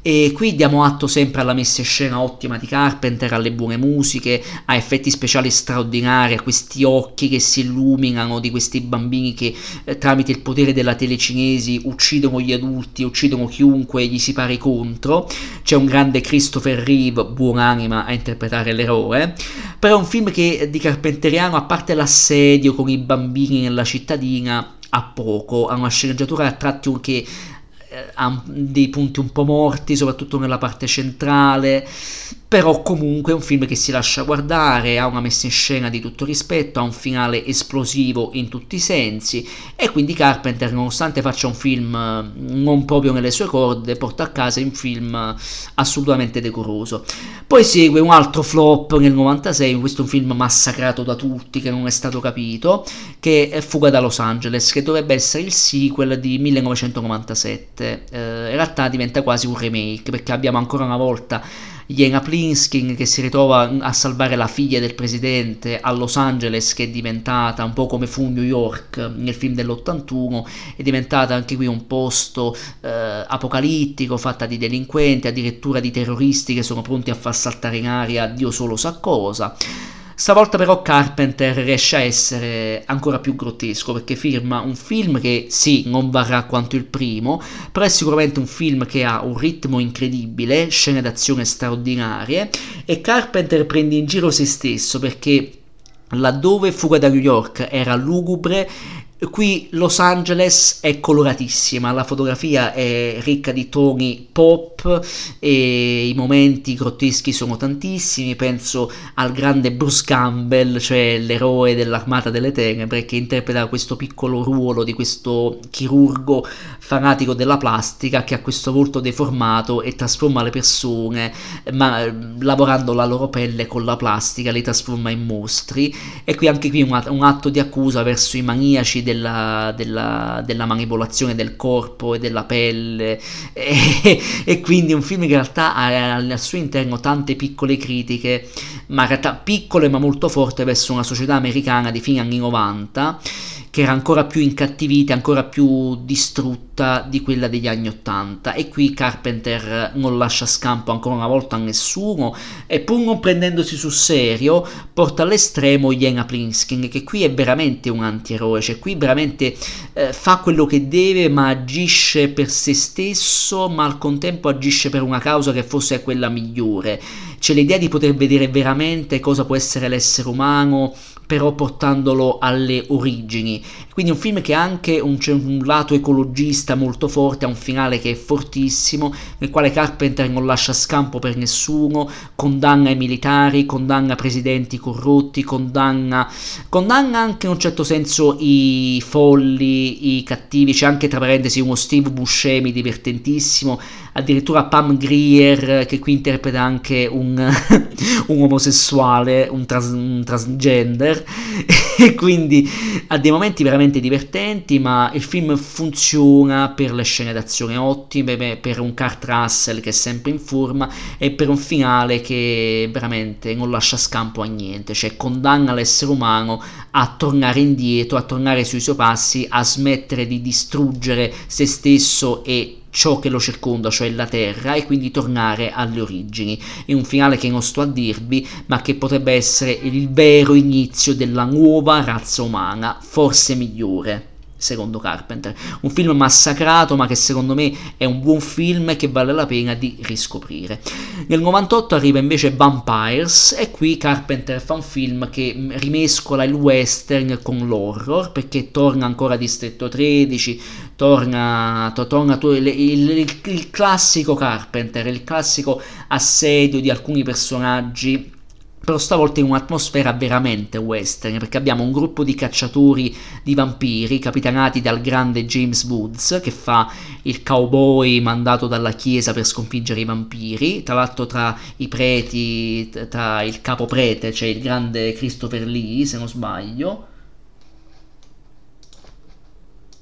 E qui diamo atto sempre alla messa in scena ottima di Carpenter, alle buone musiche, a effetti speciali straordinari, a questi occhi che si illuminano di questi bambini che eh, tramite il potere della telecinesi uccidono gli adulti, uccidono chiunque gli si pari contro. C'è un grande Christopher Reeve, buonanima, a interpretare l'eroe. Però è un film che di carpenteriano, a parte l'assedio con i bambini nella cittadina, ha poco, ha una sceneggiatura a tratti che ha dei punti un po' morti, soprattutto nella parte centrale, però comunque è un film che si lascia guardare, ha una messa in scena di tutto rispetto, ha un finale esplosivo in tutti i sensi, e quindi Carpenter, nonostante faccia un film non proprio nelle sue corde, porta a casa un film assolutamente decoroso. Poi segue un altro flop nel novantasei, questo è un film massacrato da tutti, che non è stato capito, che è Fuga da Los Angeles, che dovrebbe essere il sequel di millenovecentonovantasette. Eh, in realtà diventa quasi un remake, perché abbiamo ancora una volta Jena Plinsky che si ritrova a salvare la figlia del presidente a Los Angeles, che è diventata un po' come fu New York nel film dell'ottantuno, è diventata anche qui un posto eh, apocalittico, fatta di delinquenti, addirittura di terroristi che sono pronti a far saltare in aria Dio solo sa cosa. Stavolta però Carpenter riesce a essere ancora più grottesco, perché firma un film che sì, non varrà quanto il primo, però è sicuramente un film che ha un ritmo incredibile, scene d'azione straordinarie, e Carpenter prende in giro se stesso, perché laddove Fuga da New York era lugubre, qui Los Angeles è coloratissima, la fotografia è ricca di toni pop e i momenti grotteschi sono tantissimi. Penso al grande Bruce Campbell, cioè l'eroe dell'Armata delle Tenebre, che interpreta questo piccolo ruolo di questo chirurgo fanatico della plastica che ha questo volto deformato e trasforma le persone, ma lavorando la loro pelle con la plastica li trasforma in mostri. E qui anche qui un, un atto di accusa verso i maniaci della, della, della manipolazione del corpo e della pelle, e, e quindi un film che in realtà ha al suo interno tante piccole critiche, ma in realtà piccole ma molto forti, verso una società americana di fine anni novanta che era ancora più incattivita, ancora più distrutta di quella degli anni ottanta, e qui Carpenter non lascia scampo ancora una volta a nessuno, e pur non prendendosi sul serio porta all'estremo Jena Plinsky, che qui è veramente un antieroe, cioè qui veramente eh, fa quello che deve, ma agisce per se stesso, ma al contempo agisce per una causa che forse è quella migliore. C'è l'idea di poter vedere veramente cosa può essere l'essere umano, però portandolo alle origini. Quindi un film che ha anche un, c'è un lato ecologista molto forte, ha un finale che è fortissimo, nel quale Carpenter non lascia scampo per nessuno, condanna i militari, condanna presidenti corrotti, condanna, condanna anche in un certo senso i folli, i cattivi. C'è anche tra parentesi uno Steve Buscemi divertentissimo, addirittura Pam Grier che qui interpreta anche un, un omosessuale, un, trans, un transgender, e quindi ha dei momenti veramente divertenti, ma il film funziona per le scene d'azione ottime, per un Kurt Russell che è sempre in forma, e per un finale che veramente non lascia scampo a niente, cioè condanna l'essere umano a tornare indietro, a tornare sui suoi passi, a smettere di distruggere se stesso e ciò che lo circonda, cioè la terra, e quindi tornare alle origini. È un finale che non sto a dirvi, ma che potrebbe essere il vero inizio della nuova razza umana, forse migliore, secondo Carpenter. Un film massacrato, ma che secondo me è un buon film e che vale la pena di riscoprire. Nel novantotto arriva invece Vampires, e qui Carpenter fa un film che rimescola il western con l'horror, perché torna ancora Distretto tredici, torna, to, torna to, il, il, il, il classico Carpenter, il classico assedio di alcuni personaggi, però stavolta in un'atmosfera veramente western, perché abbiamo un gruppo di cacciatori di vampiri capitanati dal grande James Woods, che fa il cowboy mandato dalla chiesa per sconfiggere i vampiri. Tra l'altro tra i preti, tra il capo prete c'è il grande Christopher Lee, se non sbaglio.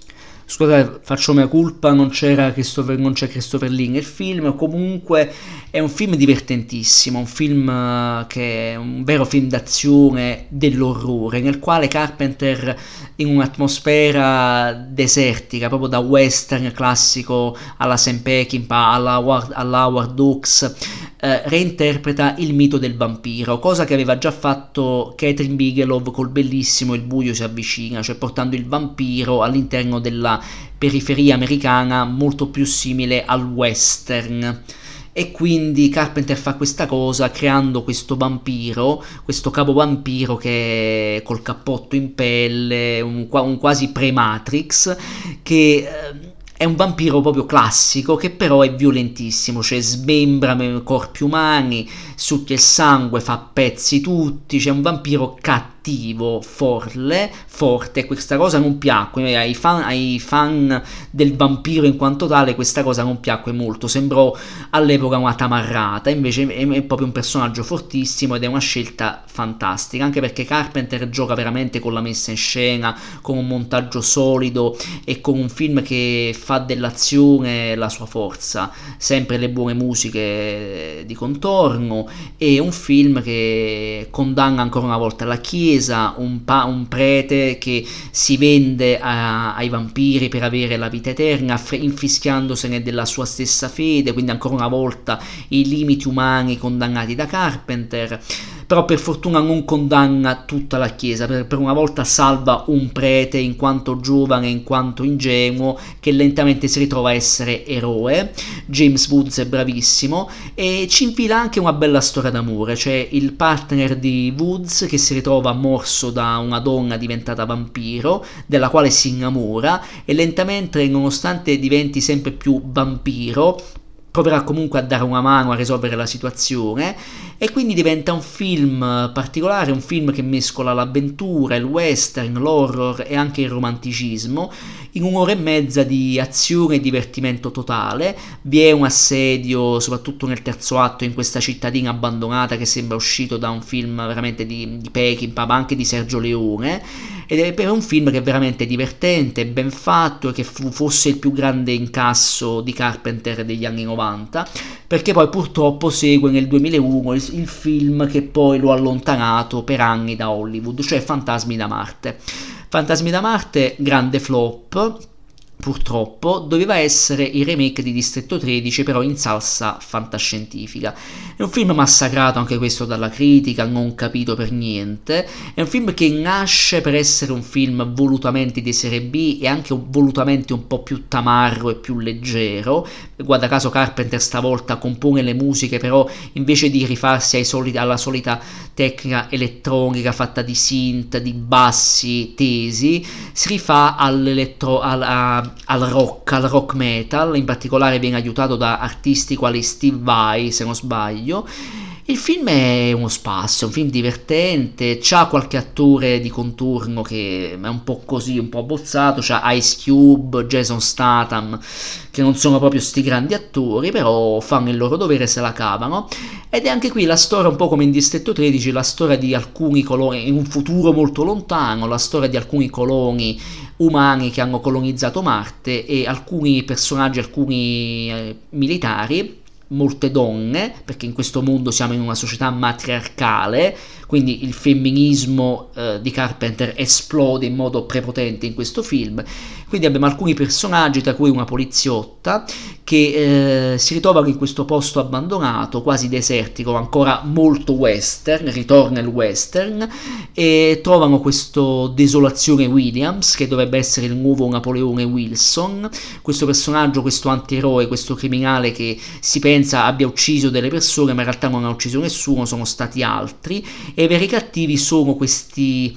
scusate, faccio mia colpa, non c'era Christopher, non c'è Christopher Lee nel film. Comunque è un film divertentissimo, un film eh, che è un vero film d'azione dell'orrore, nel quale Carpenter, in un'atmosfera desertica, proprio da western classico alla Sam Peckinpah, alla Howard, alla Howard Hawks, eh, reinterpreta il mito del vampiro, cosa che aveva già fatto Catherine Bigelow col bellissimo Il buio si avvicina, cioè portando il vampiro all'interno della periferia americana molto più simile al western. E quindi Carpenter fa questa cosa creando questo vampiro, questo capo vampiro che è col cappotto in pelle, un, un quasi pre-Matrix, che eh, è un vampiro proprio classico, che però è violentissimo, cioè smembra corpi umani, succhia il sangue, fa pezzi tutti, c'è un vampiro cattivo, forle, forte. Questa cosa non piacque ai fan, ai fan del vampiro in quanto tale, questa cosa non piacque molto, sembrò all'epoca una tamarrata, invece è, è proprio un personaggio fortissimo ed è una scelta fantastica, anche perché Carpenter gioca veramente con la messa in scena, con un montaggio solido e con un film che fa dell'azione la sua forza, sempre le buone musiche di contorno, e un film che condanna ancora una volta la chiesa, un, pa- un prete che si vende a- ai vampiri per avere la vita eterna, fre- infischiandosene della sua stessa fede, quindi ancora una volta i limiti umani condannati da Carpenter. Però per fortuna non condanna tutta la chiesa, per, per una volta salva un prete in quanto giovane, in quanto ingenuo, che lentamente si ritrova a essere eroe. James Woods è bravissimo e ci infila anche una bella storia d'amore, cioè il partner di Woods che si ritrova morso da una donna diventata vampiro, della quale si innamora, e lentamente, nonostante diventi sempre più vampiro, proverà comunque a dare una mano a risolvere la situazione, e quindi diventa un film particolare, un film che mescola l'avventura, il western, l'horror e anche il romanticismo in un'ora e mezza di azione e divertimento totale. Vi è un assedio soprattutto nel terzo atto in questa cittadina abbandonata che sembra uscito da un film veramente di, di Peckinpah, ma anche di Sergio Leone, ed è per un film che è veramente divertente, ben fatto, e che fu fosse il più grande incasso di Carpenter degli anni novanta, perché poi purtroppo segue nel duemilauno il, il film che poi lo ha allontanato per anni da Hollywood, cioè Fantasmi da Marte. Fantasmi da Marte, grande flop, purtroppo. Doveva essere il remake di Distretto tredici, però in salsa fantascientifica. È un film massacrato anche questo dalla critica, non capito per niente. È un film che nasce per essere un film volutamente di serie B e anche volutamente un po' più tamarro e più leggero. Guarda caso Carpenter stavolta compone le musiche, però invece di rifarsi ai soliti, alla solita tecnica elettronica fatta di synth, di bassi tesi, si rifà all'elettro, al, a, al rock, al rock metal. In particolare viene aiutato da artisti quali Steve Vai, se non sbaglio. Il film è uno spasso, è un film divertente, c'ha qualche attore di contorno che è un po' così, un po' abbozzato, c'ha Ice Cube, Jason Statham, che non sono proprio sti grandi attori, però fanno il loro dovere e se la cavano. Ed è anche qui la storia, un po' come in Distretto tredici, la storia di alcuni coloni, in un futuro molto lontano, la storia di alcuni coloni umani che hanno colonizzato Marte, e alcuni personaggi, alcuni eh, militari, molte donne, perché in questo mondo siamo in una società matriarcale, quindi il femminismo eh, di Carpenter esplode in modo prepotente in questo film. Quindi abbiamo alcuni personaggi, tra cui una poliziotta, che eh, si ritrovano in questo posto abbandonato, quasi desertico, ancora molto western, ritorna il western, e trovano questo Desolazione Williams, che dovrebbe essere il nuovo Napoleone Wilson, questo personaggio, questo antieroe, questo criminale che si pensa abbia ucciso delle persone, ma in realtà non ha ucciso nessuno, sono stati altri, e i veri cattivi sono questi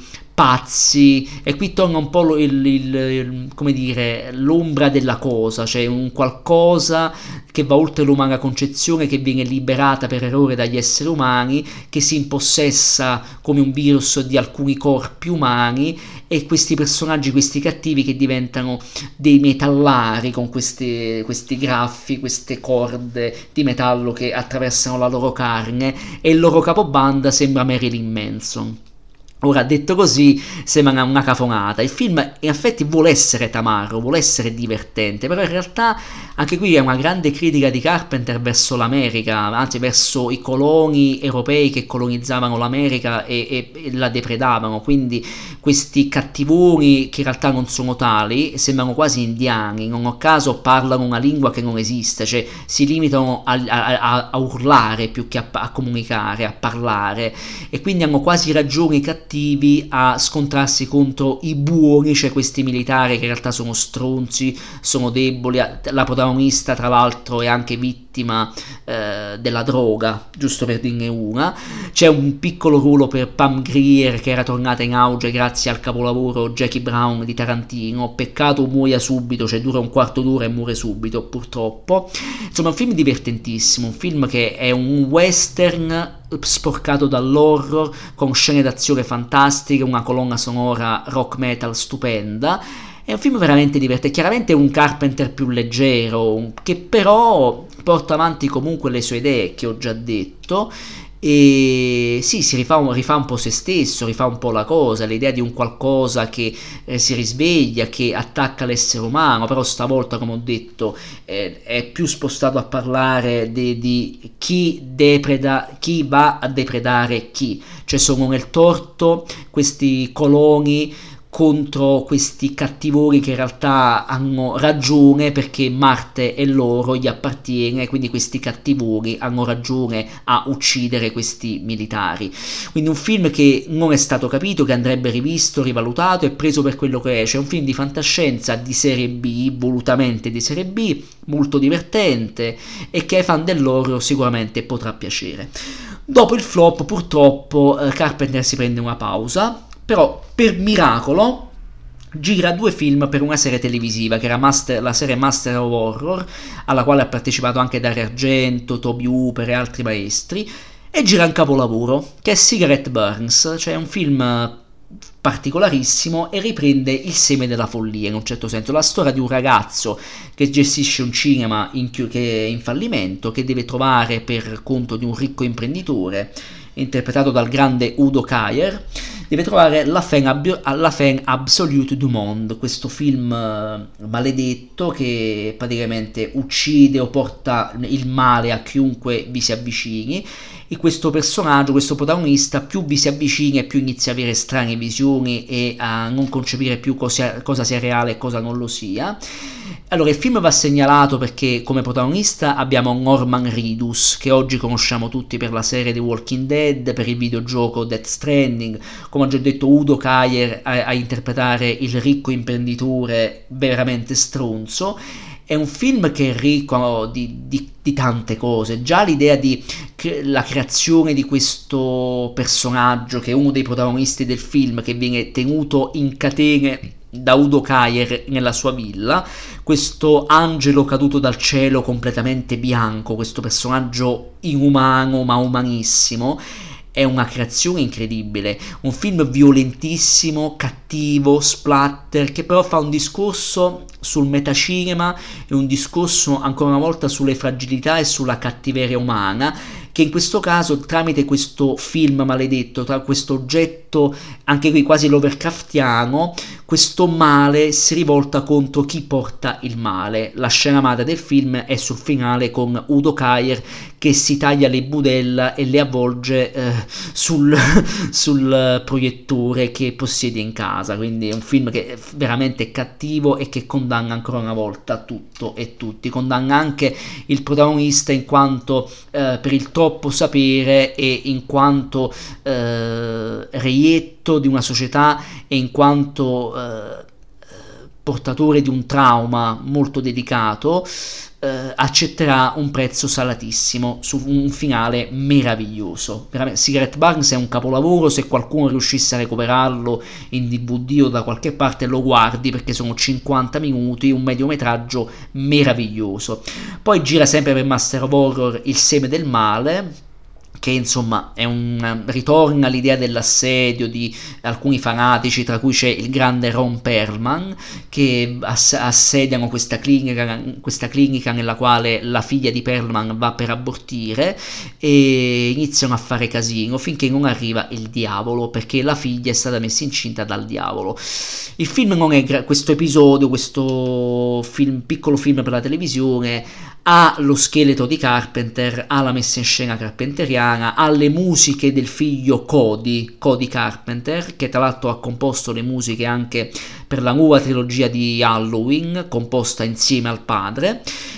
pazzi. E qui torna un po' il, il, il, come dire, l'ombra della cosa, cioè un qualcosa che va oltre l'umana concezione, che viene liberata per errore dagli esseri umani, che si impossessa come un virus di alcuni corpi umani, e questi personaggi, questi cattivi, che diventano dei metallari con queste, questi graffi, queste corde di metallo che attraversano la loro carne, e il loro capobanda sembra Marilyn Manson. Ora, detto così, sembra una cafonata. Il film in effetti vuole essere tamarro, vuole essere divertente, però in realtà anche qui è una grande critica di Carpenter verso l'America, anzi verso i coloni europei che colonizzavano l'America e, e, e la depredavano, quindi questi cattivoni che in realtà non sono tali, sembrano quasi indiani, in ogni caso parlano una lingua che non esiste, cioè si limitano a, a, a, a urlare più che a, a comunicare, a parlare, e quindi hanno quasi ragione i cattivi a scontrarsi contro i buoni, cioè questi militari che in realtà sono stronzi, sono deboli. La protagonista tra l'altro è anche vittima eh, della droga, giusto per dirne una. C'è un piccolo ruolo per Pam Grier che era tornata in auge grazie al capolavoro Jackie Brown di Tarantino, peccato muoia subito, cioè dura un quarto d'ora e muore subito purtroppo. Insomma, è un film divertentissimo, un film che è un western sporcato dall'horror, con scene d'azione fantastiche, una colonna sonora rock metal stupenda. È un film veramente divertente, chiaramente è un Carpenter più leggero, che però porta avanti comunque le sue idee che ho già detto, e sì, si rifà un, rifà un po' se stesso, rifà un po' la cosa, l'idea di un qualcosa che eh, si risveglia, che attacca l'essere umano, però stavolta, come ho detto, eh, è più spostato a parlare di, di chi depreda, chi va a depredare chi, cioè sono nel torto questi coloni contro questi cattivoni che in realtà hanno ragione perché Marte è loro, gli appartiene, quindi questi cattivoni hanno ragione a uccidere questi militari. Quindi un film che non è stato capito, che andrebbe rivisto, rivalutato e preso per quello che è, cioè un film di fantascienza di serie B, volutamente di serie B, molto divertente e che ai fan dell'horror sicuramente potrà piacere. Dopo il flop purtroppo eh, Carpenter si prende una pausa, però per miracolo gira due film per una serie televisiva che era Master, la serie Master of Horror, alla quale ha partecipato anche Dario Argento, Toby Hooper e altri maestri, e gira un capolavoro che è Cigarette Burns, cioè un film particolarissimo e riprende il seme della follia in un certo senso, la storia di un ragazzo che gestisce un cinema in, che è in fallimento, che deve trovare per conto di un ricco imprenditore interpretato dal grande Udo Kier, deve trovare la fin, ab- la fin absolute du monde, questo film uh, maledetto che praticamente uccide o porta il male a chiunque vi si avvicini, e questo personaggio, questo protagonista, più vi si avvicina e più inizia a avere strane visioni e a non concepire più cosa, cosa sia reale e cosa non lo sia. Allora, il film va segnalato perché come protagonista abbiamo Norman Reedus, che oggi conosciamo tutti per la serie The Walking Dead, per il videogioco Death Stranding. Come ho già detto, Udo Kier a, a interpretare il ricco imprenditore veramente stronzo. È un film che è ricco di, di, di tante cose, già l'idea di cre- la creazione di questo personaggio che è uno dei protagonisti del film, che viene tenuto in catene da Udo Kier nella sua villa, questo angelo caduto dal cielo completamente bianco, questo personaggio inumano ma umanissimo. È una creazione incredibile, un film violentissimo, cattivo, splatter, che però fa un discorso sul metacinema e un discorso ancora una volta sulle fragilità e sulla cattiveria umana, che in questo caso tramite questo film maledetto, tra questo oggetto anche qui quasi Lovecraftiano, questo male si rivolta contro chi porta il male. La scena madre del film è sul finale con Udo Kier che si taglia le budella e le avvolge eh, sul, sul proiettore che possiede in casa, quindi è un film che è veramente cattivo e che condanna ancora una volta tutto e tutti, condanna anche il protagonista in quanto eh, per il troppo sapere e in quanto eh, reietto di una società e in quanto eh, portatore di un trauma molto delicato, eh, accetterà un prezzo salatissimo su un finale meraviglioso. Veramente, Cigarette Burns è un capolavoro, se qualcuno riuscisse a recuperarlo in D V D o da qualche parte lo guardi, perché sono cinquanta minuti, un mediometraggio meraviglioso. Poi gira sempre per Master of Horror Il seme del male, che insomma è un ritorna all'idea dell'assedio di alcuni fanatici, tra cui c'è il grande Ron Perlman, che ass- assediano questa clinica, questa clinica nella quale la figlia di Perlman va per abortire, e iniziano a fare casino finché non arriva il diavolo, perché la figlia è stata messa incinta dal diavolo. Il film non è gra- questo episodio, questo film, piccolo film per la televisione, ha lo scheletro di Carpenter, ha la messa in scena carpenteriana, ha le musiche del figlio Cody, Cody Carpenter, che tra l'altro ha composto le musiche anche per la nuova trilogia di Halloween, composta insieme al padre.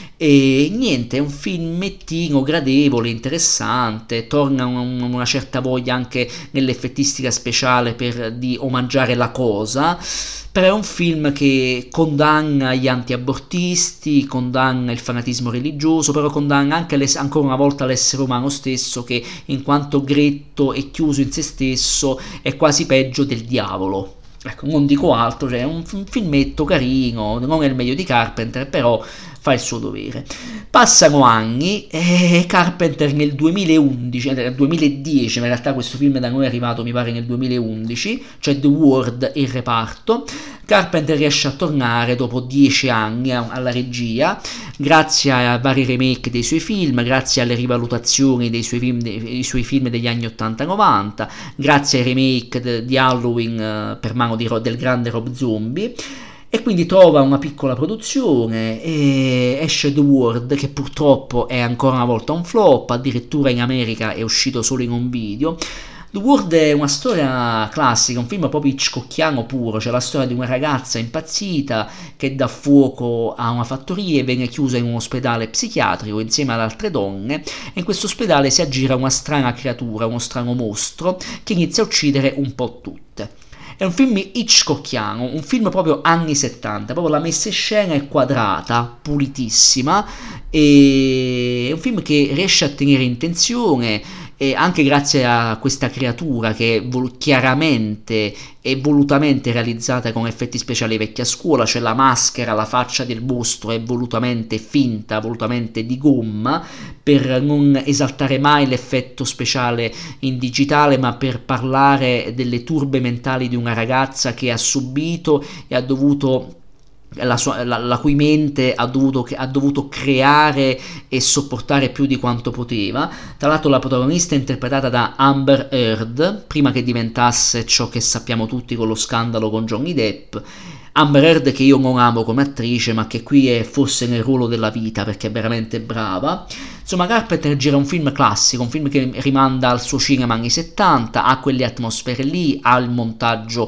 E niente, è un filmettino gradevole, interessante, torna un, una certa voglia anche nell'effettistica speciale per di omaggiare la cosa, però è un film che condanna gli anti-abortisti, condanna il fanatismo religioso, però condanna anche ancora una volta l'essere umano stesso, che in quanto gretto e chiuso in se stesso è quasi peggio del diavolo. Ecco, non dico altro, cioè è un, un filmetto carino, non è il meglio di Carpenter, però fa il suo dovere. Passano anni e Carpenter nel duemilaundici, nel duemiladieci, ma in realtà questo film da noi è arrivato mi pare nel duemilaundici, cioè The Ward e il reparto. Carpenter riesce a tornare dopo dieci anni alla regia, grazie a vari remake dei suoi film, grazie alle rivalutazioni dei suoi film, dei suoi film degli anni ottanta novanta, grazie ai remake di Halloween per mano di, del grande Rob Zombie. E quindi trova una piccola produzione e esce The Ward, che purtroppo è ancora una volta un flop, addirittura in America è uscito solo in un video. The Ward è una storia classica, un film proprio hitchcockiano puro, cioè la storia di una ragazza impazzita che dà fuoco a una fattoria e viene chiusa in un ospedale psichiatrico insieme ad altre donne, e in questo ospedale si aggira una strana creatura, uno strano mostro che inizia a uccidere un po' tutte. È un film hitchcockiano, un film proprio anni settanta, proprio la messa in scena è quadrata, pulitissima, e è un film che riesce a tenere in tensione, e anche grazie a questa creatura che è vol- chiaramente e volutamente realizzata con effetti speciali vecchia scuola, cioè la maschera, la faccia del mostro è volutamente finta, volutamente di gomma, per non esaltare mai l'effetto speciale in digitale, ma per parlare delle turbe mentali di una ragazza che ha subito e ha dovuto La, sua, la, la cui mente ha dovuto, ha dovuto creare e sopportare più di quanto poteva. Tra l'altro la protagonista è interpretata da Amber Heard, prima che diventasse ciò che sappiamo tutti con lo scandalo con Johnny Depp. Amber Heard, che io non amo come attrice, ma che qui è forse nel ruolo della vita perché è veramente brava. Insomma, Carpenter gira un film classico, un film che rimanda al suo cinema anni settanta, ha quelle atmosfere lì, ha il montaggio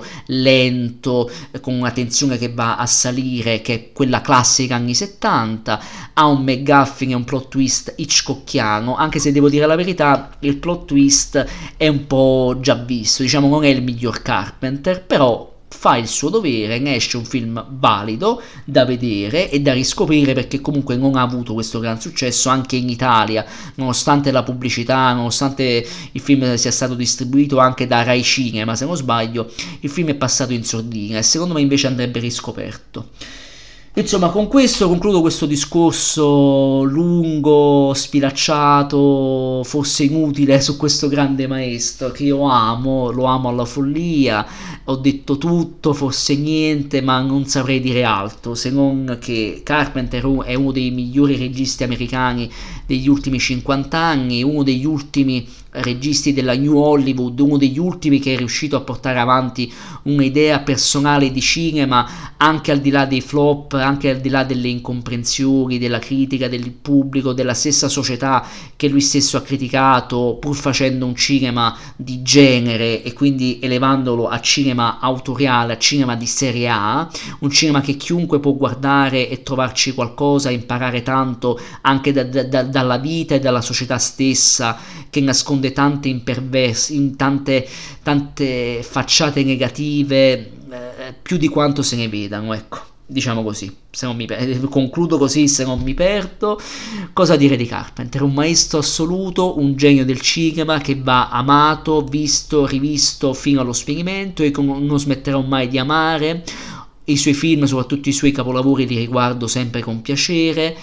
lento, con una tensione che va a salire, che è quella classica anni settanta, ha un McGuffin e un plot twist hitchcockiano, anche se devo dire la verità, il plot twist è un po' già visto, diciamo non è il miglior Carpenter, però fa il suo dovere, ne esce un film valido da vedere e da riscoprire, perché comunque non ha avuto questo gran successo anche in Italia, nonostante la pubblicità, nonostante il film sia stato distribuito anche da Rai Cinema, se non sbaglio, il film è passato in sordina e secondo me invece andrebbe riscoperto. Insomma, con questo concludo questo discorso lungo, sfilacciato, forse inutile su questo grande maestro che io amo, lo amo alla follia. Ho detto tutto, forse niente, ma non saprei dire altro, se non che Carpenter è uno dei migliori registi americani degli ultimi cinquanta anni, uno degli ultimi registi della New Hollywood, uno degli ultimi che è riuscito a portare avanti un'idea personale di cinema anche al di là dei flop, anche al di là delle incomprensioni, della critica del pubblico, della stessa società che lui stesso ha criticato, pur facendo un cinema di genere e quindi elevandolo a cinema autoriale, a cinema di serie A, un cinema che chiunque può guardare e trovarci qualcosa, imparare tanto anche da, da, dalla vita e dalla società stessa, che nasconde tante imperversi, in tante, tante facciate negative, eh, più di quanto se ne vedano, ecco, diciamo così, se non mi per- concludo così se non mi perdo. Cosa dire di Carpenter? Un maestro assoluto, un genio del cinema che va amato, visto, rivisto fino allo sfinimento e che non smetterò mai di amare. I suoi film, soprattutto i suoi capolavori, li riguardo sempre con piacere.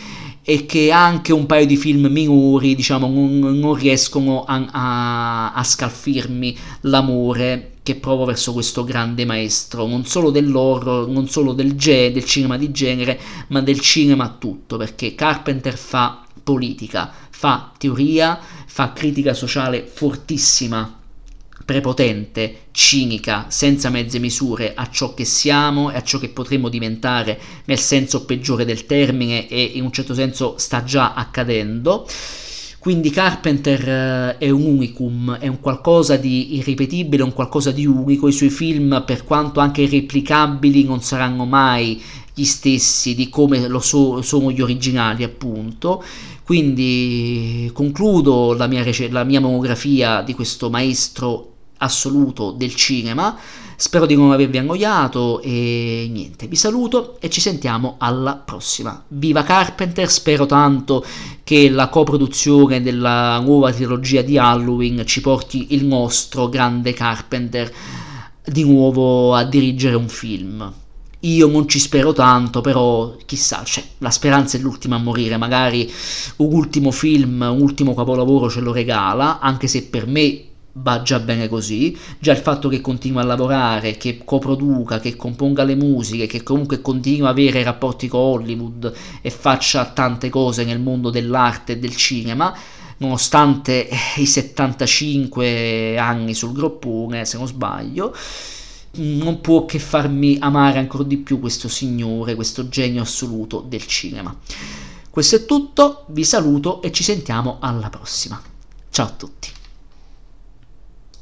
e che anche un paio di film minori, diciamo, non, non riescono a, a, a scalfirmi l'amore che provo verso questo grande maestro, non solo dell'horror, non solo del, ge- del cinema di genere, ma del cinema tutto, perché Carpenter fa politica, fa teoria, fa critica sociale fortissima, prepotente, cinica, senza mezze misure a ciò che siamo e a ciò che potremmo diventare nel senso peggiore del termine, e in un certo senso sta già accadendo. Quindi Carpenter eh, è un unicum, è un qualcosa di irripetibile, un qualcosa di unico. I suoi film, per quanto anche irreplicabili, non saranno mai gli stessi di come lo so, sono gli originali, appunto. Quindi concludo la mia, rec- la mia monografia di questo maestro assoluto del cinema. Spero di non avervi annoiato e niente, vi saluto e ci sentiamo alla prossima. Viva Carpenter, spero tanto che la coproduzione della nuova trilogia di Halloween ci porti il nostro grande Carpenter di nuovo a dirigere un film. Io non ci spero tanto, però chissà, cioè, la speranza è l'ultima a morire, magari un ultimo film, un ultimo capolavoro ce lo regala, anche se per me va già bene così. Già il fatto che continua a lavorare, che coproduca, che componga le musiche, che comunque continua a avere rapporti con Hollywood e faccia tante cose nel mondo dell'arte e del cinema, nonostante i settantacinque anni sul groppone, se non sbaglio, non può che farmi amare ancora di più questo signore, questo genio assoluto del cinema. Questo è tutto, vi saluto e ci sentiamo alla prossima. Ciao a tutti.